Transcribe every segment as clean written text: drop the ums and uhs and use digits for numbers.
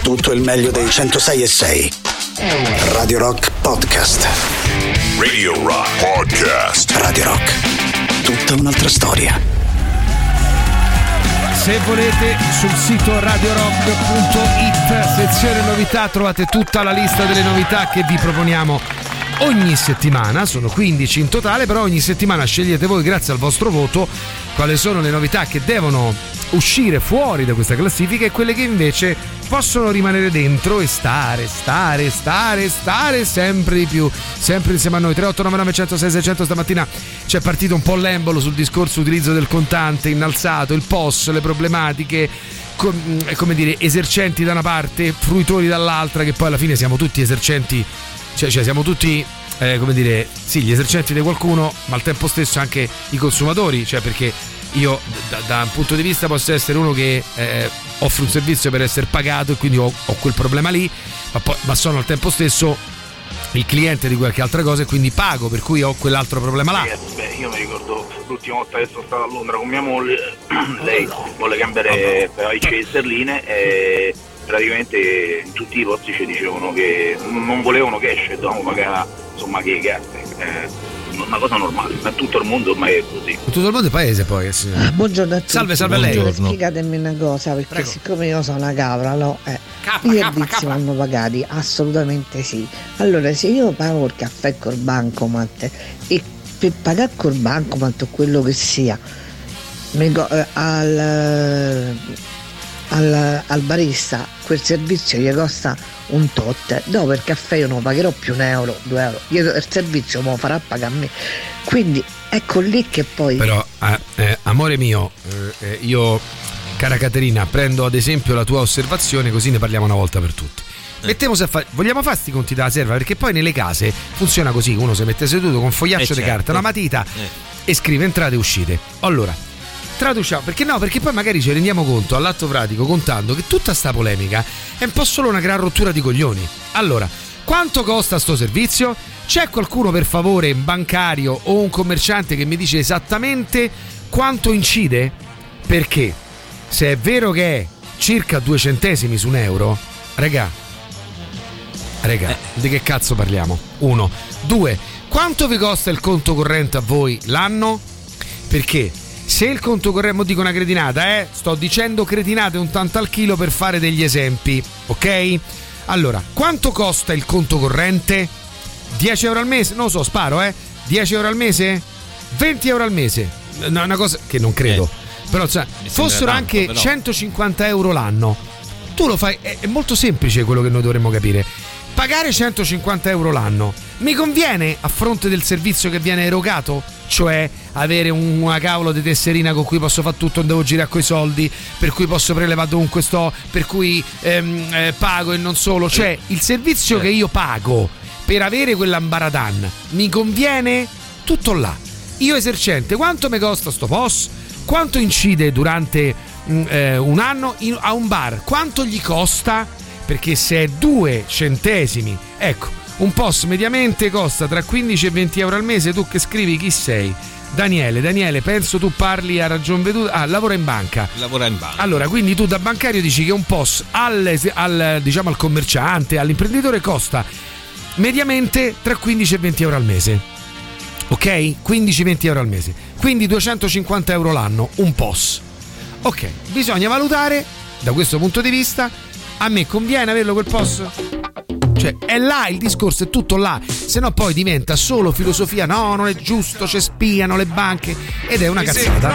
tutto il meglio dei 106.6. Radio Rock Podcast. Radio Rock Podcast. Radio Rock, tutta un'altra storia. Se volete, sul sito radiorock.it, sezione novità, trovate tutta la lista delle novità che vi proponiamo ogni settimana. Sono 15 in totale, però ogni settimana scegliete voi, grazie al vostro voto, quali sono le novità che devono uscire fuori da questa classifica e quelle che invece possono rimanere dentro e stare sempre di più, sempre insieme a noi. 3899 106 600. Stamattina c'è partito un po' l'embolo sul discorso utilizzo del contante innalzato, il POS, le problematiche, come dire, esercenti da una parte, fruitori dall'altra, che poi alla fine siamo tutti esercenti, cioè siamo tutti come dire, sì, gli esercenti di qualcuno, ma al tempo stesso anche i consumatori, cioè perché io da un punto di vista posso essere uno che offre un servizio per essere pagato e quindi ho quel problema lì, ma sono al tempo stesso il cliente di qualche altra cosa e quindi pago, per cui ho quell'altro problema là. Io mi ricordo l'ultima volta che sono stato a Londra con mia moglie, lei volle cambiare le sterline e praticamente in tutti i posti ci dicevano che non volevano cash e dovevamo pagare, insomma, che carte. Una cosa normale, ma tutto il mondo ormai è così. Tutto il mondo è paese poi. Buongiorno a tutti. Salve a lei. Spiegatemi una cosa, perché prego. Siccome io sono una capra, no? I servizi vanno pagati? Assolutamente sì. Allora, se io pago il caffè col bancomat e per pagare col bancomat o quello che sia al barista quel servizio gli costa un tot, dopo il caffè io non pagherò più €1, €2, il servizio me lo farà pagare a me, quindi ecco lì che poi però amore mio, io, cara Caterina, prendo ad esempio la tua osservazione, così ne parliamo una volta per tutte. Vogliamo fare sti conti della serva, perché poi nelle case funziona così, uno si mette seduto con un fogliaccio di carta, una matita e scrive entrate e uscite. Allora traduciamo, perché poi magari ci rendiamo conto all'atto pratico, contando, che tutta sta polemica è un po' solo una gran rottura di coglioni. Allora, quanto costa sto servizio? C'è qualcuno, per favore, un bancario o un commerciante, che mi dice esattamente quanto incide? Perché se è vero che è circa 2 centesimi su €1, regà, di che cazzo parliamo? 1, 2, quanto vi costa il conto corrente a voi l'anno? Perché se il conto corrente, dico una cretinata, sto dicendo cretinate un tanto al chilo per fare degli esempi, ok? Allora, quanto costa il conto corrente? 10 euro al mese? Non lo so, sparo, 10 euro al mese? 20 euro al mese? No, una cosa che non credo, però fossero tanto, anche però 150 euro l'anno, tu lo fai, è molto semplice quello che noi dovremmo capire. Pagare 150 euro l'anno mi conviene a fronte del servizio che viene erogato? Cioè avere una cavolo di tesserina con cui posso fare tutto, non devo girare coi soldi, per cui posso prelevare dovunque sto, per cui pago e non solo, cioè il servizio che io pago per avere quell'ambaradan mi conviene? Tutto là. Io esercente, quanto mi costa sto POS? Quanto incide durante un anno a un bar? Quanto gli costa? Perché se è 2 centesimi, ecco, un POS mediamente costa tra 15 e 20 euro al mese. Tu che scrivi, chi sei? Daniele, penso tu parli a ragion veduta. Lavora in banca. Allora, quindi tu da bancario dici che un POS al commerciante, all'imprenditore, costa mediamente tra 15 e 20 euro al mese. Ok? 15-20 euro al mese. Quindi 250 euro l'anno, un POS. Ok, bisogna valutare da questo punto di vista. A me conviene averlo quel POS? Cioè è là il discorso, è tutto là, se no poi diventa solo filosofia. No, non è giusto, ci spiano le banche, ed è una cazzata.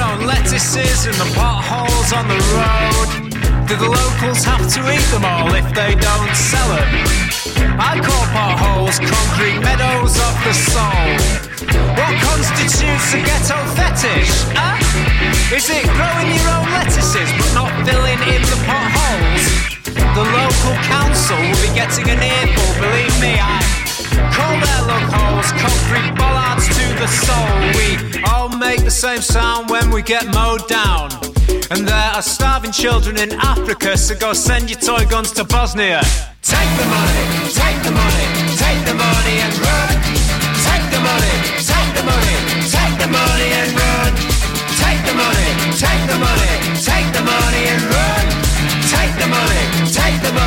Do the locals have to eat them all if they don't sell them? I call potholes concrete meadows of the soul. What constitutes a ghetto fetish? Is it growing your own lettuces but not filling in the potholes? The local council will be getting an earful, believe me, I call their loopholes concrete bollards to the soul. We all make the same sound when we get mowed down. And there are starving children in Africa, so go send your toy guns to Bosnia. Take the money, take the money, take the money and run. Take the money, take the money, take the money and run. Take the money, take the money, take the money and run. Take the money, take the money.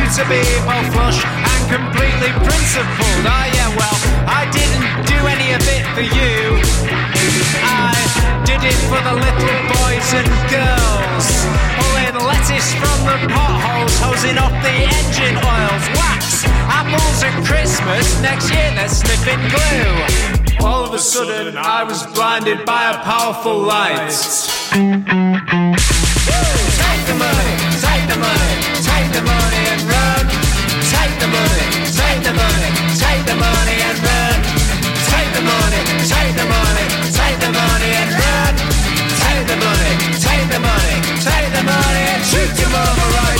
to be both flush and completely principled. Oh yeah, well, I didn't do any of it for you. I did it for the little boys and girls, pulling lettuce from the potholes, hosing off the engine oils. Wax apples at Christmas, next year they're sniffing glue. All of a sudden I was blinded by a powerful light. Take the money, take the money, take the money and run. Take the money, take the money, take the money and run. Take the money, take the money, take the money and run. Take the money, take the money, take the money and shoot your mama right.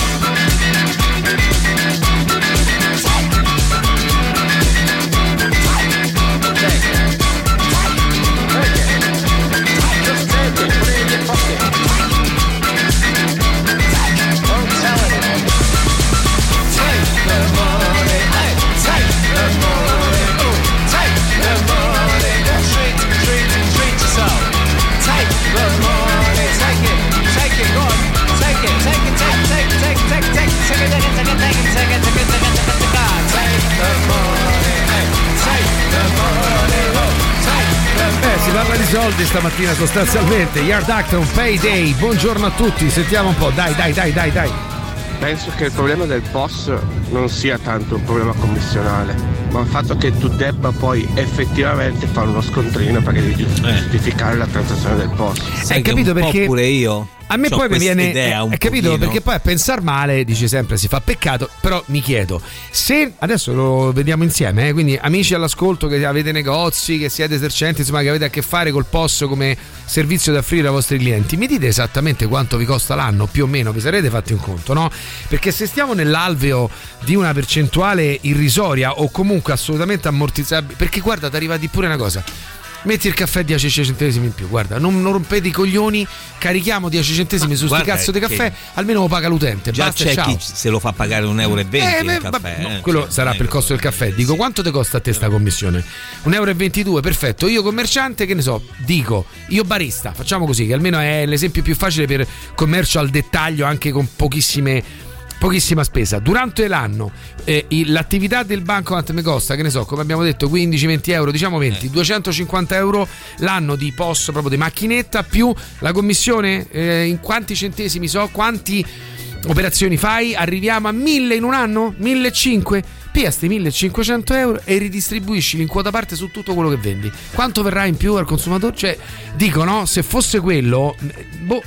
Si parla di soldi stamattina sostanzialmente. Yard Act è un payday. Buongiorno a tutti, sentiamo un po'. Dai. Penso che il problema del POS non sia tanto un problema commissionale, ma il fatto che tu debba poi effettivamente fare uno scontrino perché devi giustificare la transazione del POS. Hai capito perché? Pure io. A me poi mi viene, hai capito? Perché poi a pensar male, dice sempre, si fa peccato. Però mi chiedo, se adesso lo vediamo insieme, quindi amici all'ascolto che avete negozi, che siete esercenti, insomma che avete a che fare col POS come servizio da offrire ai vostri clienti, mi dite esattamente quanto vi costa l'anno, più o meno, vi sarete fatti un conto, no? Perché se stiamo nell'alveo di una percentuale irrisoria o comunque assolutamente ammortizzabile, perché guarda, ti arriva di pure una cosa. Metti il caffè 10 centesimi in più, guarda, non rompete i coglioni, carichiamo 10 centesimi su sti cazzo di caffè, almeno lo paga l'utente. Già basta, c'è ciao. chi se lo fa pagare €1,20 il caffè. No, quello sarà per il costo del caffè. Dico, quanto ti costa a te sta commissione? €1,22, perfetto. Io commerciante, che ne so, dico, io barista, facciamo così, che almeno è l'esempio più facile per commercio al dettaglio, anche con pochissima spesa. Durante l'anno l'attività del bancomat mi costa, che ne so, come abbiamo detto, 15-20 euro, diciamo 20, 250 euro l'anno di POS proprio di macchinetta, più la commissione, in quanti centesimi quanti operazioni fai? Arriviamo a 1000 in un anno? 1.500? Pia sti 1.500 euro e ridistribuiscili in quota parte su tutto quello che vendi. Quanto verrà in più al consumatore? Cioè, dico, no, se fosse quello, boh.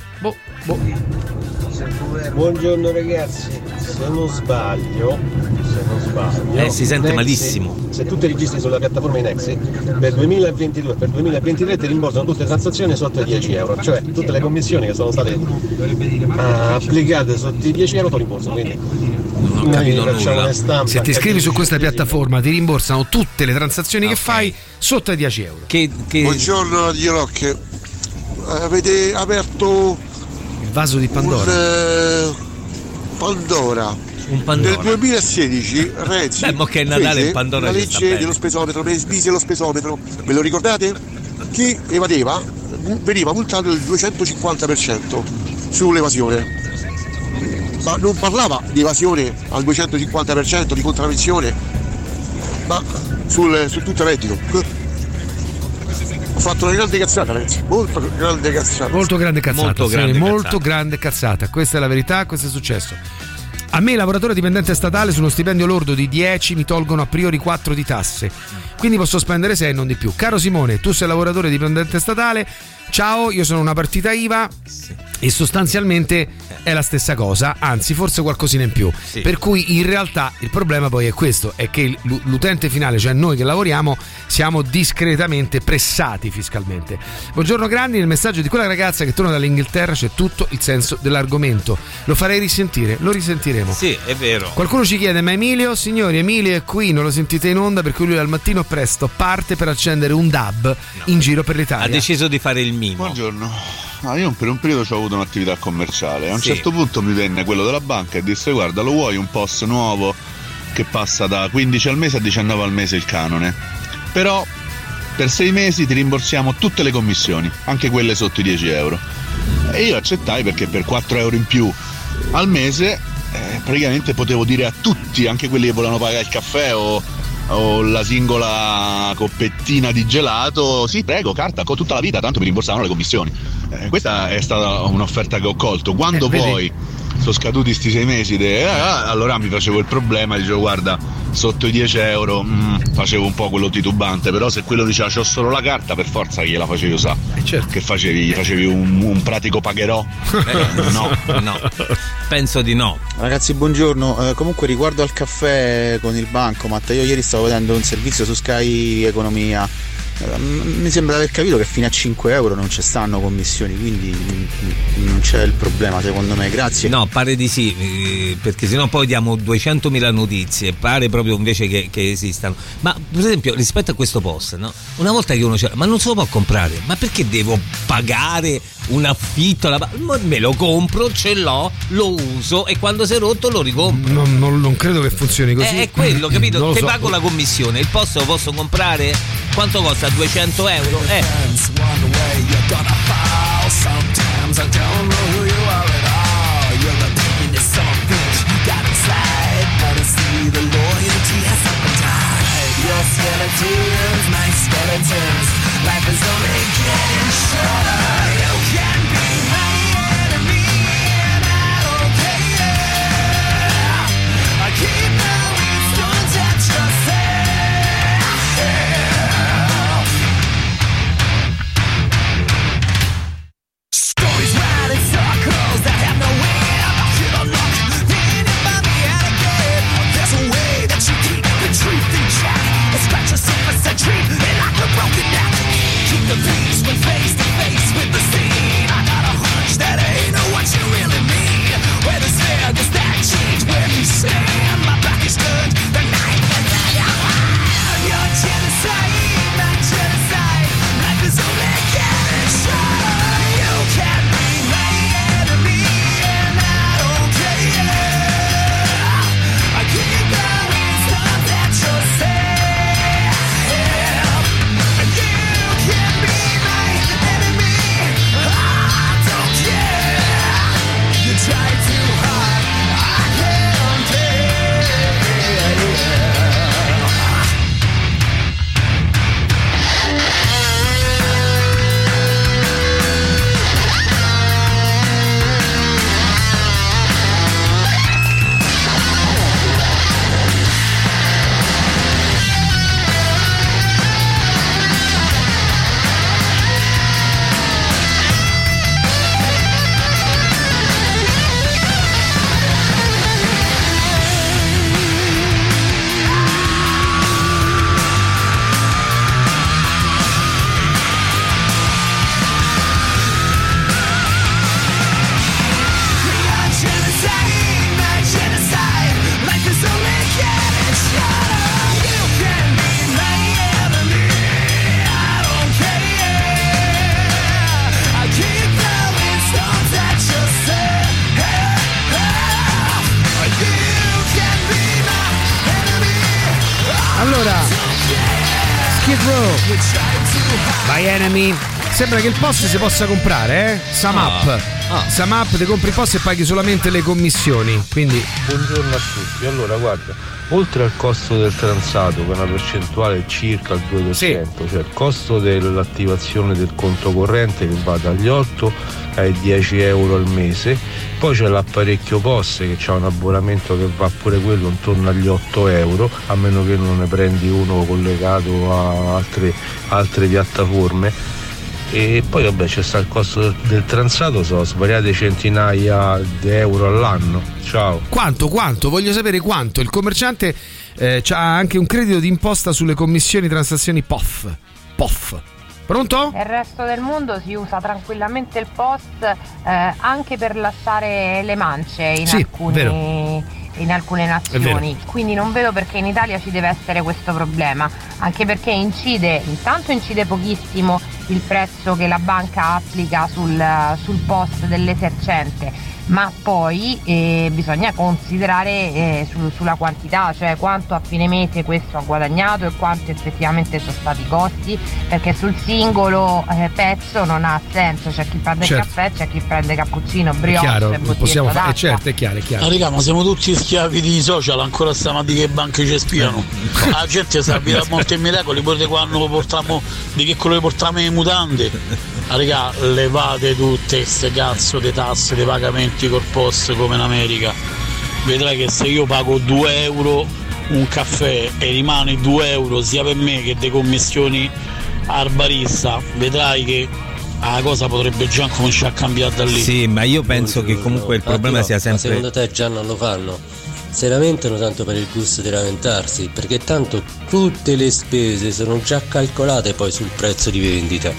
Buongiorno ragazzi, se non sbaglio si sente malissimo. Se tu ti registri sulla piattaforma Inexi, per 2022 e per 2023 ti rimborsano tutte le transazioni sotto i 10 euro, cioè tutte le commissioni che sono state applicate sotto i 10 euro ti rimborsano, quindi non ho capito nulla. Se ti iscrivi su questa piattaforma ti rimborsano tutte le transazioni che fai sotto i 10 euro. Buongiorno Radio Rock, avete aperto il vaso di Pandora. Un Pandora. Nel 2016 Renzi che è Natale il Pandora la legge dello spesometro, per smise lo spesometro, ve lo ricordate? Chi evadeva veniva multato del 250% sull'evasione, ma non parlava di evasione al 250%, di contravvenzione, ma su tutto il reddito. Ho fatto una grande cazzata, Renzi, molto grande cazzata, questa è la verità, questo è successo. A me, lavoratore dipendente statale, su uno stipendio lordo di 10 mi tolgono a priori 4 di tasse, quindi posso spendere 6 e non di più. Caro Simone, tu sei lavoratore dipendente statale, ciao, io sono una partita IVA e sostanzialmente è la stessa cosa, anzi forse qualcosina in più, per cui in realtà il problema poi è questo, è che l'utente finale, cioè noi che lavoriamo, siamo discretamente pressati fiscalmente. Buongiorno Grandi, nel messaggio di quella ragazza che torna dall'Inghilterra c'è tutto il senso dell'argomento, lo farei risentire, lo risentiremo. Sì, è vero. Qualcuno ci chiede, ma Emilio? Signori, Emilio è qui, non lo sentite in onda perché lui al mattino presto parte per accendere un DAB in giro per l'Italia. Ha deciso di fare il mimo. Buongiorno. Io per un periodo ho avuto un'attività commerciale. A un certo punto mi venne quello della banca e disse: guarda, lo vuoi un POS nuovo che passa da 15 al mese a 19 al mese il canone, però per 6 mesi ti rimborsiamo tutte le commissioni, anche quelle sotto i 10 euro. E io accettai perché per 4 euro in più al mese praticamente potevo dire a tutti, anche quelli che volevano pagare il caffè o la singola coppettina di gelato, sì prego, carta, tutta la vita, tanto mi rimborsavano le commissioni. Questa è stata un'offerta che ho colto. Quando poi sono scaduti sti 6 mesi allora mi facevo il problema, dicevo guarda, sotto i 10 euro facevo un po' quello titubante, però se quello diceva c'ho solo la carta, per forza gliela facevi usare. Certo. Che facevi un pratico pagherò? No, penso di no. Ragazzi, buongiorno. Comunque riguardo al caffè con il bancomat, io ieri stavo vedendo un servizio su Sky Economia. Mi sembra di aver capito che fino a 5 euro non ci stanno commissioni, quindi non c'è il problema secondo me. Grazie. No, pare di sì, perché sennò poi diamo 200.000 notizie, pare proprio invece che esistano. Ma per esempio rispetto a questo post, no? Una volta che uno c'era, ma non se lo può comprare, ma perché devo pagare un affitto? Me lo compro, ce l'ho, lo uso e quando si è rotto lo ricompro. Non credo che funzioni così. È quello, capito? Te So. pago la commissione, il posto lo posso comprare? Quanto costa? 200 euro? By Enemy. Sembra che il post si possa comprare, SumUp. SumUp, te compri il post e paghi solamente le commissioni. Quindi buongiorno a tutti. Allora guarda, oltre al costo del transato, che è una percentuale circa il 2%, cioè il costo dell'attivazione del conto corrente che va dagli 8 ai 10 euro al mese, poi c'è l'apparecchio POS che c'ha un abbonamento che va pure quello intorno agli 8 euro, a meno che non ne prendi uno collegato a altre piattaforme. E poi vabbè c'è sta il costo del transato, sono svariate centinaia di euro all'anno. Ciao. Quanto? Voglio sapere quanto. Il commerciante c'ha anche un credito d'imposta sulle commissioni transazioni POF. Pronto? Nel resto del mondo si usa tranquillamente il POS anche per lasciare le mance in alcune nazioni, quindi non vedo perché in Italia ci deve essere questo problema, anche perché incide pochissimo il prezzo che la banca applica sul POS dell'esercente, ma poi bisogna considerare sulla quantità, cioè quanto a fine mese questo ha guadagnato e quanto effettivamente sono stati i costi, perché sul singolo pezzo non ha senso, c'è chi prende il caffè, c'è chi prende cappuccino, brioche, chiaro, possiamo fare, certo, è chiaro. Raga, ma siamo tutti schiavi di social, ancora stiamo a dire che banche ci spiano. La gente si abita a Monte Miracoli, pure quando portiamo di che colore portiamo le mutande. Raga, levate tutte queste cazzo di tasse, dei pagamenti col post come in America. Vedrai che se io pago 2 euro un caffè e rimane 2 euro sia per me che delle commissioni al barista, vedrai che la cosa potrebbe già cominciare a cambiare da lì. Sì, ma io penso che comunque il problema sia sempre. Ma secondo te già non lo fanno? Se lamentano tanto per il gusto di lamentarsi, perché tanto tutte le spese sono già calcolate poi sul prezzo di vendita.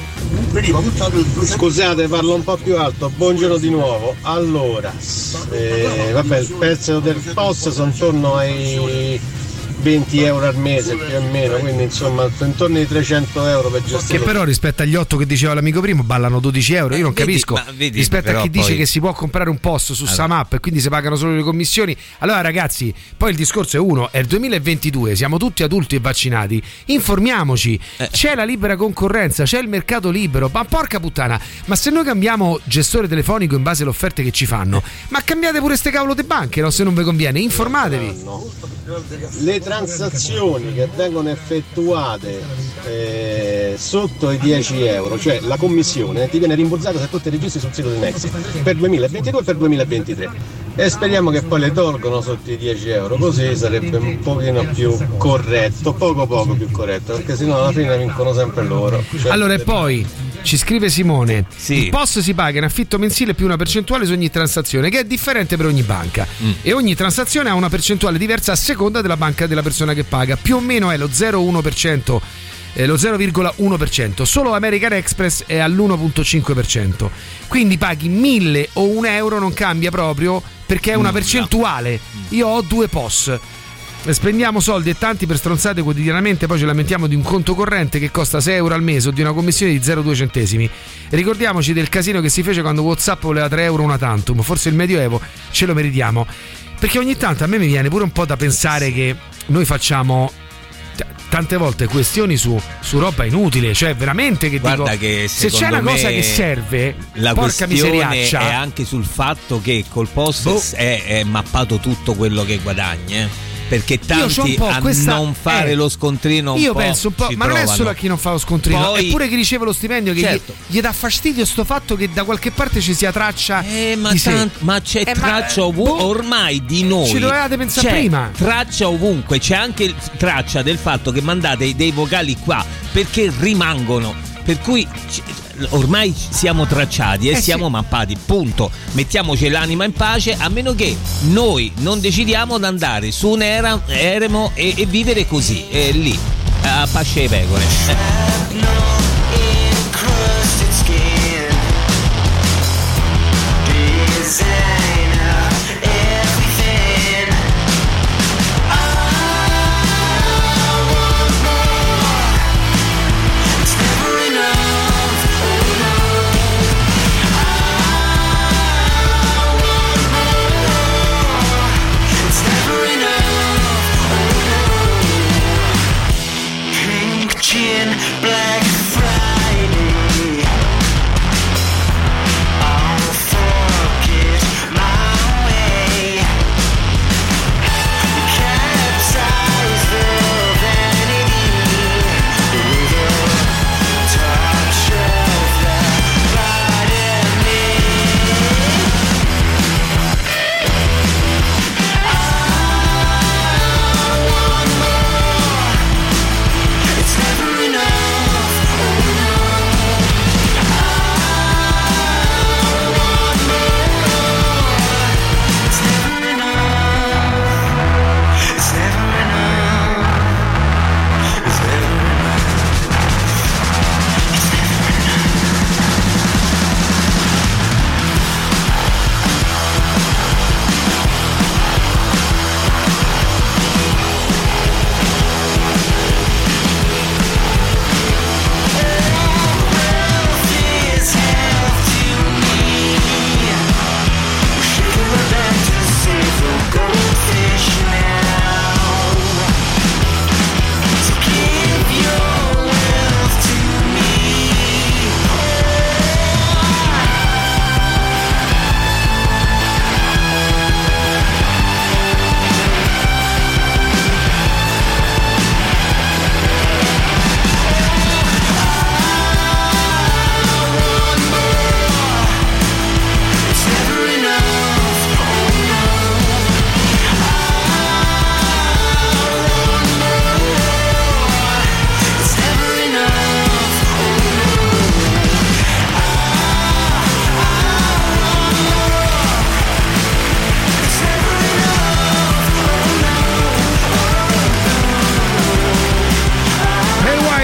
Scusate, parlo un po' più alto. Buongiorno di nuovo. Allora, vabbè, il prezzo del post sono intorno ai 20 euro al mese più o meno, quindi insomma intorno ai 300 euro per gestire. Che però rispetto agli 8 che diceva l'amico primo ballano 12 euro. Io non capisco rispetto a chi dice che si può comprare un post su Samap e quindi si pagano solo le commissioni. Allora ragazzi, poi il discorso è uno, è il 2022, siamo tutti adulti e vaccinati, informiamoci, c'è la libera concorrenza, c'è il mercato libero, ma porca puttana, ma se noi cambiamo gestore telefonico in base alle offerte che ci fanno, ma cambiate pure ste cavolo di banche, no? Se non vi conviene, informatevi. Le transazioni che vengono effettuate sotto i 10 euro, cioè la commissione ti viene rimborsata se tu ti registri sul sito di Nexi per 2022 e per 2023, e speriamo che poi le tolgono sotto i 10 euro, così sarebbe un pochino più corretto, poco più corretto, perché sennò alla fine vincono sempre loro. Allora, e poi ci scrive Simone, il POS si paga in affitto mensile più una percentuale su ogni transazione, che è differente per ogni banca, e ogni transazione ha una percentuale diversa a seconda della banca della persona che paga, più o meno è lo 0,1%, lo 0,1%, solo American Express è all'1,5%, quindi paghi 1.000 o 1 euro, non cambia proprio perché è una percentuale. Io ho 2 POS, spendiamo soldi e tanti per stronzate quotidianamente, poi ci lamentiamo di un conto corrente che costa 6 euro al mese o di una commissione di 0,2 centesimi. Ricordiamoci del casino che si fece quando WhatsApp voleva 3 euro una tantum, forse il medioevo ce lo meritiamo, perché ogni tanto a me mi viene pure un po' da pensare che noi facciamo tante volte questioni su roba inutile, cioè veramente che guarda, dico, che se c'è una cosa che serve, la porca miseriaccia, è anche sul fatto che col post è mappato tutto quello che guadagni, perché tanti non fare lo scontrino io penso un po', ma non è solo a chi non fa lo scontrino, poi, è pure chi riceve lo stipendio che gli dà fastidio sto fatto che da qualche parte ci sia traccia ma c'è traccia ovunque, ormai di noi ci dovevate pensare prima, traccia ovunque, c'è anche traccia del fatto che mandate dei vocali qua perché rimangono, per cui ormai siamo tracciati e siamo mappati, punto. Mettiamoci l'anima in pace, a meno che noi non decidiamo di andare su un eremo e vivere così, lì a pasce e pecore. Black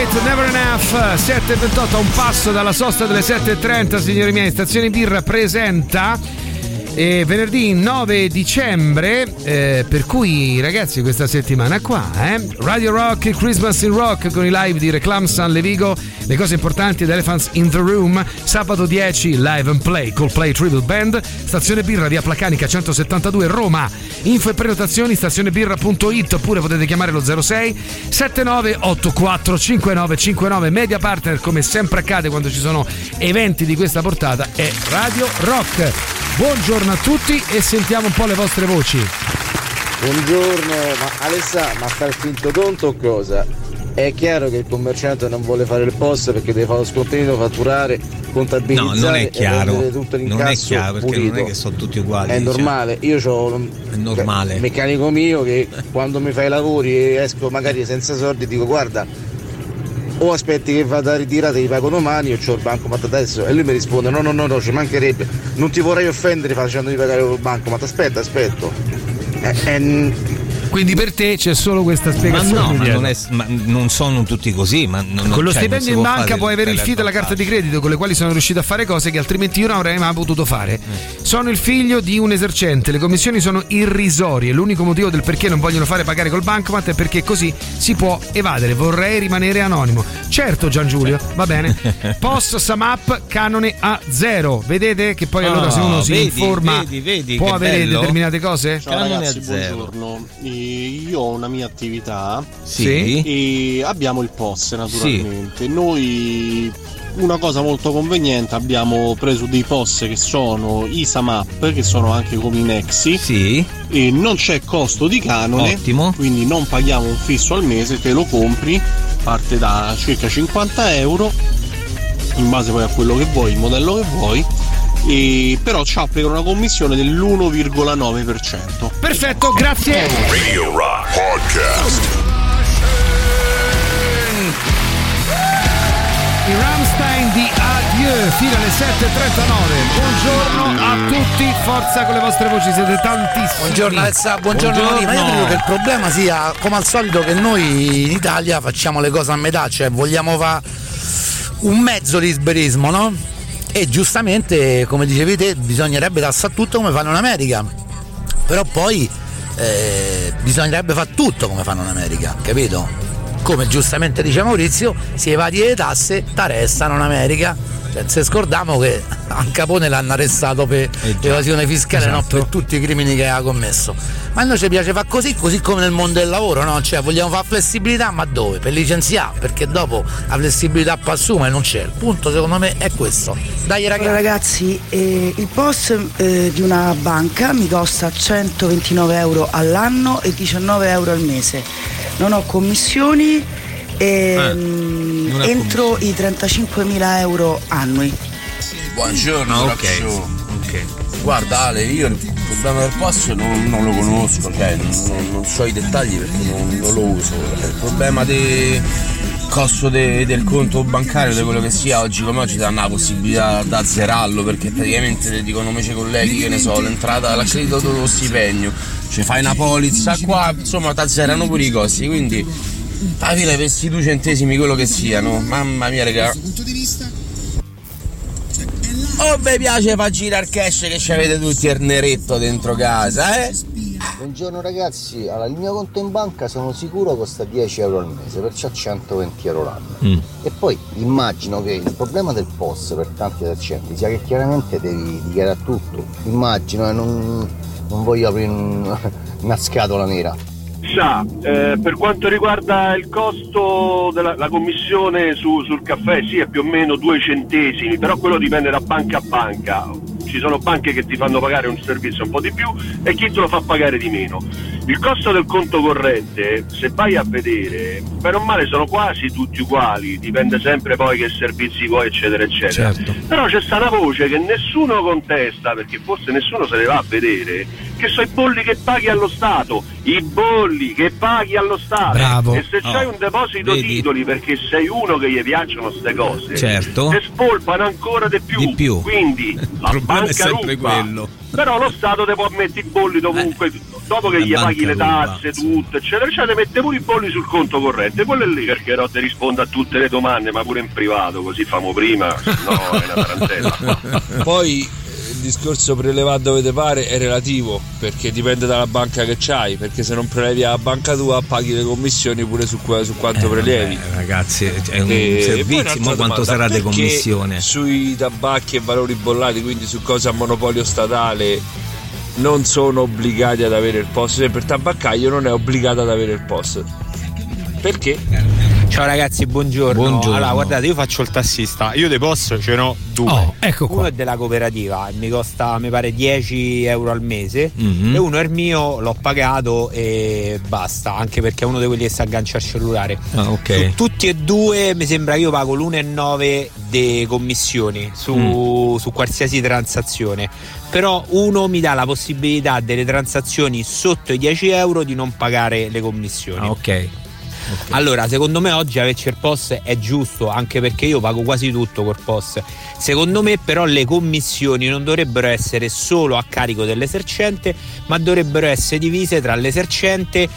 Night, Never Enough, 7:28, a un passo dalla sosta delle 7:30, signori miei. Stazione Birra presenta venerdì 9 dicembre, per cui ragazzi questa settimana qua Radio Rock, Christmas in Rock con i live di Reclam San Levigo, le cose importanti ed Elephants in the Room, sabato 10 Live and Play Coldplay Tribute Band, Stazione Birra via Placanica 172 Roma. Info e prenotazioni stazionebirra.it, oppure potete chiamare lo 06 7984 5959. Media partner, come sempre accade quando ci sono eventi di questa portata, è Radio Rock. Buongiorno a tutti e sentiamo un po' le vostre voci. Buongiorno, ma Alessà, ma fai il finto tonto o cosa? È chiaro che il commerciante non vuole fare il POS perché deve fare lo scontrino, fatturare, contabilizzare. No, non è chiaro. E tutto l'incasso non è chiaro perché pulito. non è che sono tutti uguali. È normale, io ho un meccanico mio che quando mi fa i lavori e esco magari senza soldi dico guarda, o aspetti che vada a ritirare, ti pago domani, io c'ho il bancomat adesso, e lui mi risponde no, ci mancherebbe, non ti vorrei offendere facendomi pagare il bancomat, aspetto. Quindi per te c'è solo questa spiegazione? Ma non sono tutti così. Con lo stipendio in banca puoi avere il FID e la carta di credito, con le quali sono riuscito a fare cose che altrimenti io non avrei mai potuto fare. Sono il figlio di un esercente, le commissioni sono irrisorie, l'unico motivo del perché non vogliono fare pagare col bancomat è perché così si può evadere. Vorrei rimanere anonimo. Certo Gian Giulio, va bene. POS Samap canone a 0. Vedete che poi allora se uno si informa può avere bello. Determinate cose? Ciao ragazzi, buongiorno. Io ho una mia attività sì. E abbiamo il POS naturalmente. Sì. Noi una cosa molto conveniente, abbiamo preso dei POS che sono i Samap, che sono anche come i Nexi, sì. E non c'è costo di canone. Ottimo. Quindi non paghiamo un fisso al mese, te lo compri, parte da circa 50 euro in base poi a quello che vuoi, il modello che vuoi. E però ci applica una commissione dell'1,9%. Perfetto, grazie. Radio Rock Podcast. I Rammstein di Adieu fino alle 7:39. Buongiorno a tutti, forza con le vostre voci, siete tantissimi. Buongiorno Alessà, buongiorno Marina. Io credo che il problema sia come al solito che noi in Italia facciamo le cose a metà, cioè vogliamo fare un mezzo liberismo, no? E giustamente, come dicevi te, bisognerebbe tassare tutto come fanno in America, però poi bisognerebbe fare tutto come fanno in America, capito? Come giustamente dice Maurizio, se evadi le tasse t'arrestano in America. Cioè, se scordiamo che a Capone l'hanno arrestato per evasione fiscale, esatto. No, per tutti i crimini che aveva commesso. Ma a noi ci piace fare così come nel mondo del lavoro, no? Cioè vogliamo fare flessibilità, ma dove? Per licenziare, perché dopo la flessibilità per assumere non c'è. Il punto secondo me è questo. Dai ragazzi. Allora, ragazzi, il POS di una banca mi costa 129 euro all'anno e 19 euro al mese. Non ho commissioni entro i 35.000 euro annui. Buongiorno, ok. Guarda Ale, io il problema del POS non lo conosco, cioè non so i dettagli perché non lo uso. Il problema del costo del conto bancario, di quello che sia, oggi come oggi danno la possibilità di azzerarlo, perché praticamente ti dicono invece i colleghi, che ne so, l'entrata all'accredito dello stipendio, cioè fai una polizza qua, insomma ti azzerano pure i costi, quindi alla fine pesti 2 centesimi quello che siano, mamma mia raga. Oh, mi piace far girare il cash che ci avete tutti il neretto dentro casa, eh? Buongiorno ragazzi, allora, il mio conto in banca sono sicuro costa 10 euro al mese, perciò 120 euro l'anno. E poi immagino che il problema del POS per tanti esercenti sia che chiaramente devi dichiarare tutto. Immagino, non voglio aprire una scatola nera. Per quanto riguarda il costo della commissione sul caffè, sì, è più o meno 2 centesimi, però quello dipende da banca a banca. Ci sono banche che ti fanno pagare un servizio un po' di più e chi te lo fa pagare di meno. Il costo del conto corrente, se vai a vedere, bene o male sono quasi tutti uguali, dipende sempre poi che servizi vuoi, eccetera eccetera. Certo. Però c'è sta una voce che nessuno contesta, perché forse nessuno se ne va a vedere, che sono i bolli che paghi allo Stato, i bolli che paghi allo Stato. Bravo. E se c'hai un deposito titoli perché sei uno che gli piacciono ste cose, certo, te spolpano ancora di più. Quindi la banca è sempre ruba, quello. però lo Stato te può mettere i bolli dovunque. dopo che gli paghi le tasse, tutto, eccetera, mette pure i bolli sul conto corrente. Quello è lì che però ti risponde a tutte le domande, ma pure in privato, così famo prima, no è una tarantella. Poi il discorso prelevare dove te pare è relativo, perché dipende dalla banca che c'hai, perché se non prelevi alla banca tua paghi le commissioni pure su quanto prelevi. Ragazzi, è un servizio, ma quanto sarà di commissione? Sui tabacchi e valori bollati, quindi su cose a monopolio statale, non sono obbligati ad avere il POS. Per tabaccaio non è obbligato ad avere il POS. Perché? Ciao ragazzi, buongiorno. Allora, guardate, io faccio il tassista, io dei POS ce n'ho due. Ecco qua. Uno è della cooperativa, mi costa, mi pare, 10 euro al mese, e uno è il mio, l'ho pagato e basta, anche perché è uno di quelli che si aggancia al cellulare. Okay. Su tutti e due mi sembra che io pago l'1,9 di commissioni su qualsiasi transazione. Però uno mi dà la possibilità delle transazioni sotto i 10 euro di non pagare le commissioni. Ok. Allora, secondo me oggi averci il POS è giusto, anche perché io pago quasi tutto col POS. Secondo me però le commissioni non dovrebbero essere solo a carico dell'esercente, ma dovrebbero essere divise tra l'esercente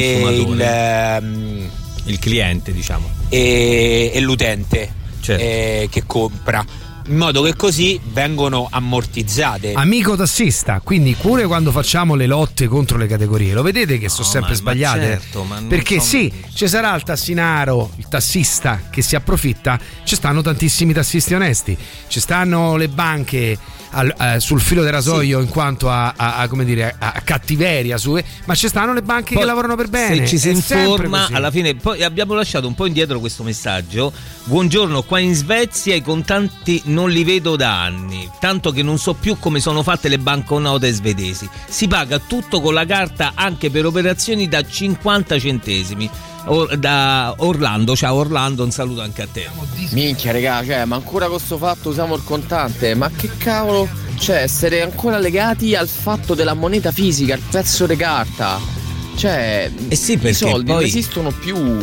e il cliente, diciamo, e l'utente, certo, che compra, in modo che così vengono ammortizzate. Amico tassista, quindi pure quando facciamo le lotte contro le categorie, lo vedete che sono sempre sbagliate? Certo, perché sì, ci sarà il tassinaro, il tassista che si approfitta, ci stanno tantissimi tassisti onesti, ci stanno le banche sul filo del rasoio, in quanto a cattiveria, ma ci stanno le banche poi, che lavorano per bene. Se ci si informa, così. alla fine poi abbiamo lasciato un po' indietro questo messaggio. Buongiorno, qua in Svezia i contanti non li vedo da anni, tanto che non so più come sono fatte le banconote svedesi. Si paga tutto con la carta anche per operazioni da 50 centesimi. Da Orlando, ciao Orlando, un saluto anche a te. Minchia regà, ma ancora con sto fatto usiamo il contante, ma che cavolo, essere ancora legati al fatto della moneta fisica, al pezzo di carta, sì, i soldi non esistono più,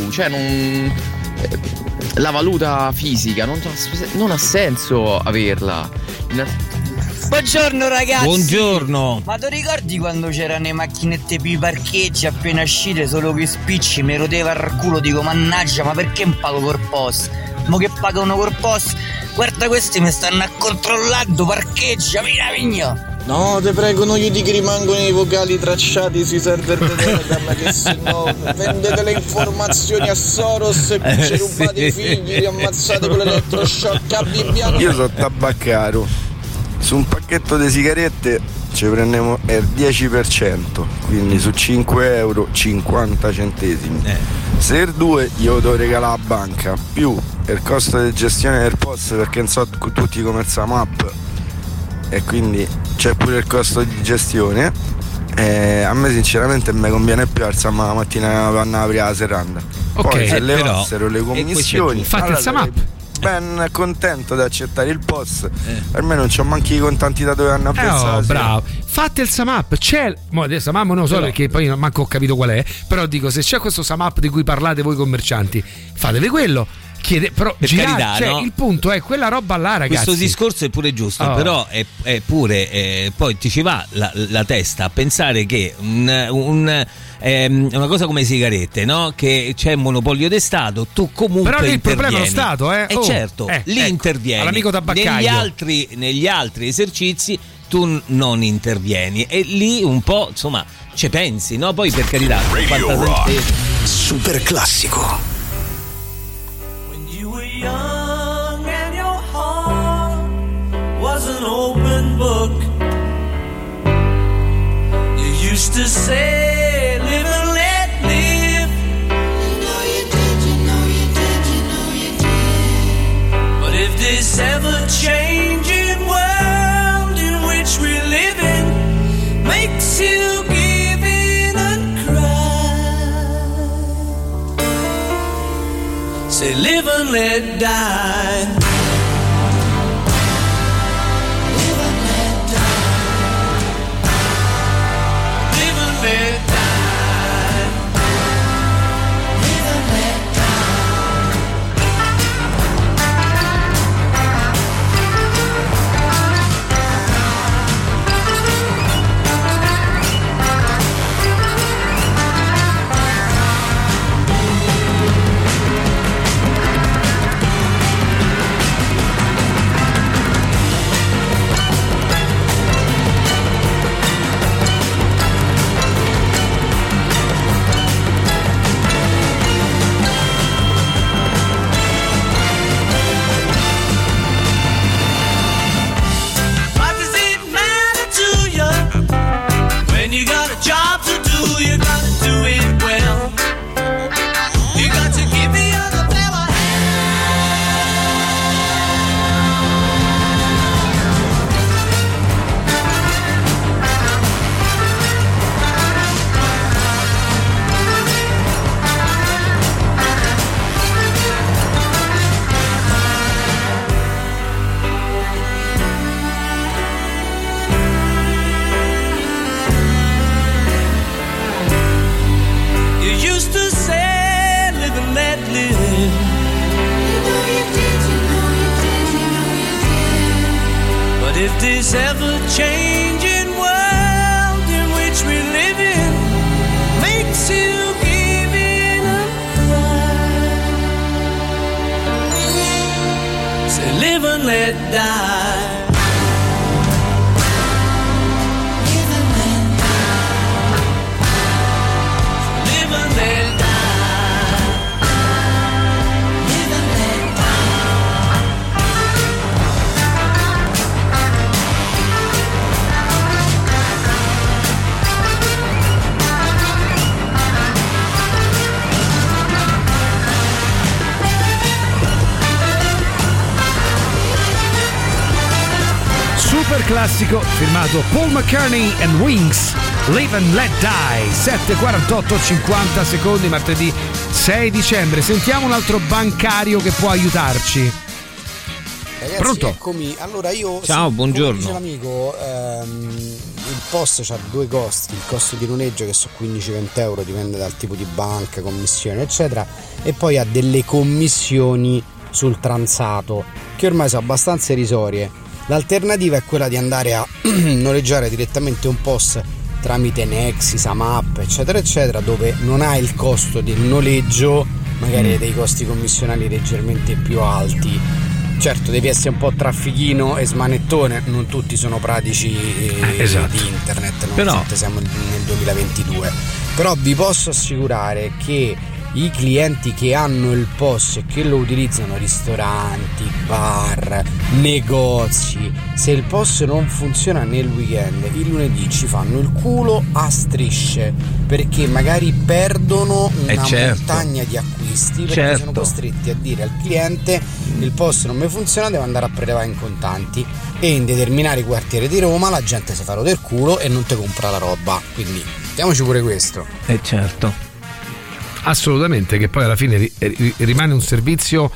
la valuta fisica non ha senso averla. Buongiorno ragazzi. Buongiorno. Ma ti ricordi quando c'erano le macchinette per i parcheggi appena uscite, solo che spicci mi rodeva il culo, dico mannaggia, ma perché non pago col POS? Mo che pagano col POS? Guarda, questi mi stanno a controllando, parcheggia, mia. No, te prego, non gli dico che rimangono i vocali tracciati sui server di Telegram, che se no vendete le informazioni a Soros e ci rubate i figli, li ammazzate con l'elettroshock a Bibbiano. Io sono tabaccaro. Su un pacchetto di sigarette ci prendiamo il 10%, quindi su 5 euro 50 centesimi. Se il 2 io devo regalare la banca, più il costo di gestione del POS, perché non so tutti come siamo app, e quindi c'è pure il costo di gestione. A me sinceramente mi conviene più alzarmi la mattina per andare a aprire la serranda. Poi se levassero le commissioni, fate il SAMAP. Ben contento di accettare il POS, almeno non c'ho manchi i contanti da dove hanno apprezzato. Bravo, fate il SAMAP, c'è il SAMAP, non lo so perché poi manco ho capito qual è, però dico, se c'è questo SAMAP di cui parlate voi commercianti, fatevi quello. Però carità, no? Il punto è quella roba là, ragazzi. Questo discorso è pure giusto, però è pure poi ti ci va la testa a pensare che una cosa come sigarette, no? Che c'è il monopolio di Stato, tu comunque però lì il problema è lo intervieni. Stato, certo, lì ecco, intervieni. All'amico tabaccaio. Negli altri esercizi tu non intervieni e lì un po' insomma ci pensi, no? Poi per carità, super classico. Young and your heart was an open book. You used to say, live and let live. You know you did, you know you did, you know you did. But if this ever-changing world in which we live in makes you give in and cry, say live and let die. Live and let die. Live and let die. Live and let die. this ever-changing world in which we live in makes you give in a cry. Say live and let die. Super classico firmato Paul McCartney and Wings, Live and Let Die. 7:48, 50 secondi, martedì 6 dicembre. Sentiamo un altro bancario che può aiutarci. Ragazzi, pronto? Eccomi. Allora io ciao, buongiorno. Come dice l'amico, il POS ha due costi: il costo di noleggio che sono 15-20 euro, dipende dal tipo di banca, commissione eccetera, e poi ha delle commissioni sul transato che ormai sono abbastanza irrisorie. L'alternativa è quella di andare a noleggiare direttamente un POS tramite Nexi, Samap eccetera eccetera, dove non ha il costo del noleggio, magari dei costi commissionali leggermente più alti. Certo, devi essere un po' traffichino e smanettone, non tutti sono pratici esatto. di internet, nonostante siamo nel 2022. Però vi posso assicurare che i clienti che hanno il POS e che lo utilizzano, ristoranti, bar, negozi, se il POS non funziona nel weekend, il lunedì ci fanno il culo a strisce, perché magari perdono una montagna di acquisti, perché sono costretti a dire al cliente: il POS non mi funziona, devo andare a prelevare in contanti, e in determinati quartieri di Roma la gente si fa rodere il culo e non ti compra la roba. Quindi mettiamoci pure questo. Certo. Assolutamente, che poi alla fine rimane un servizio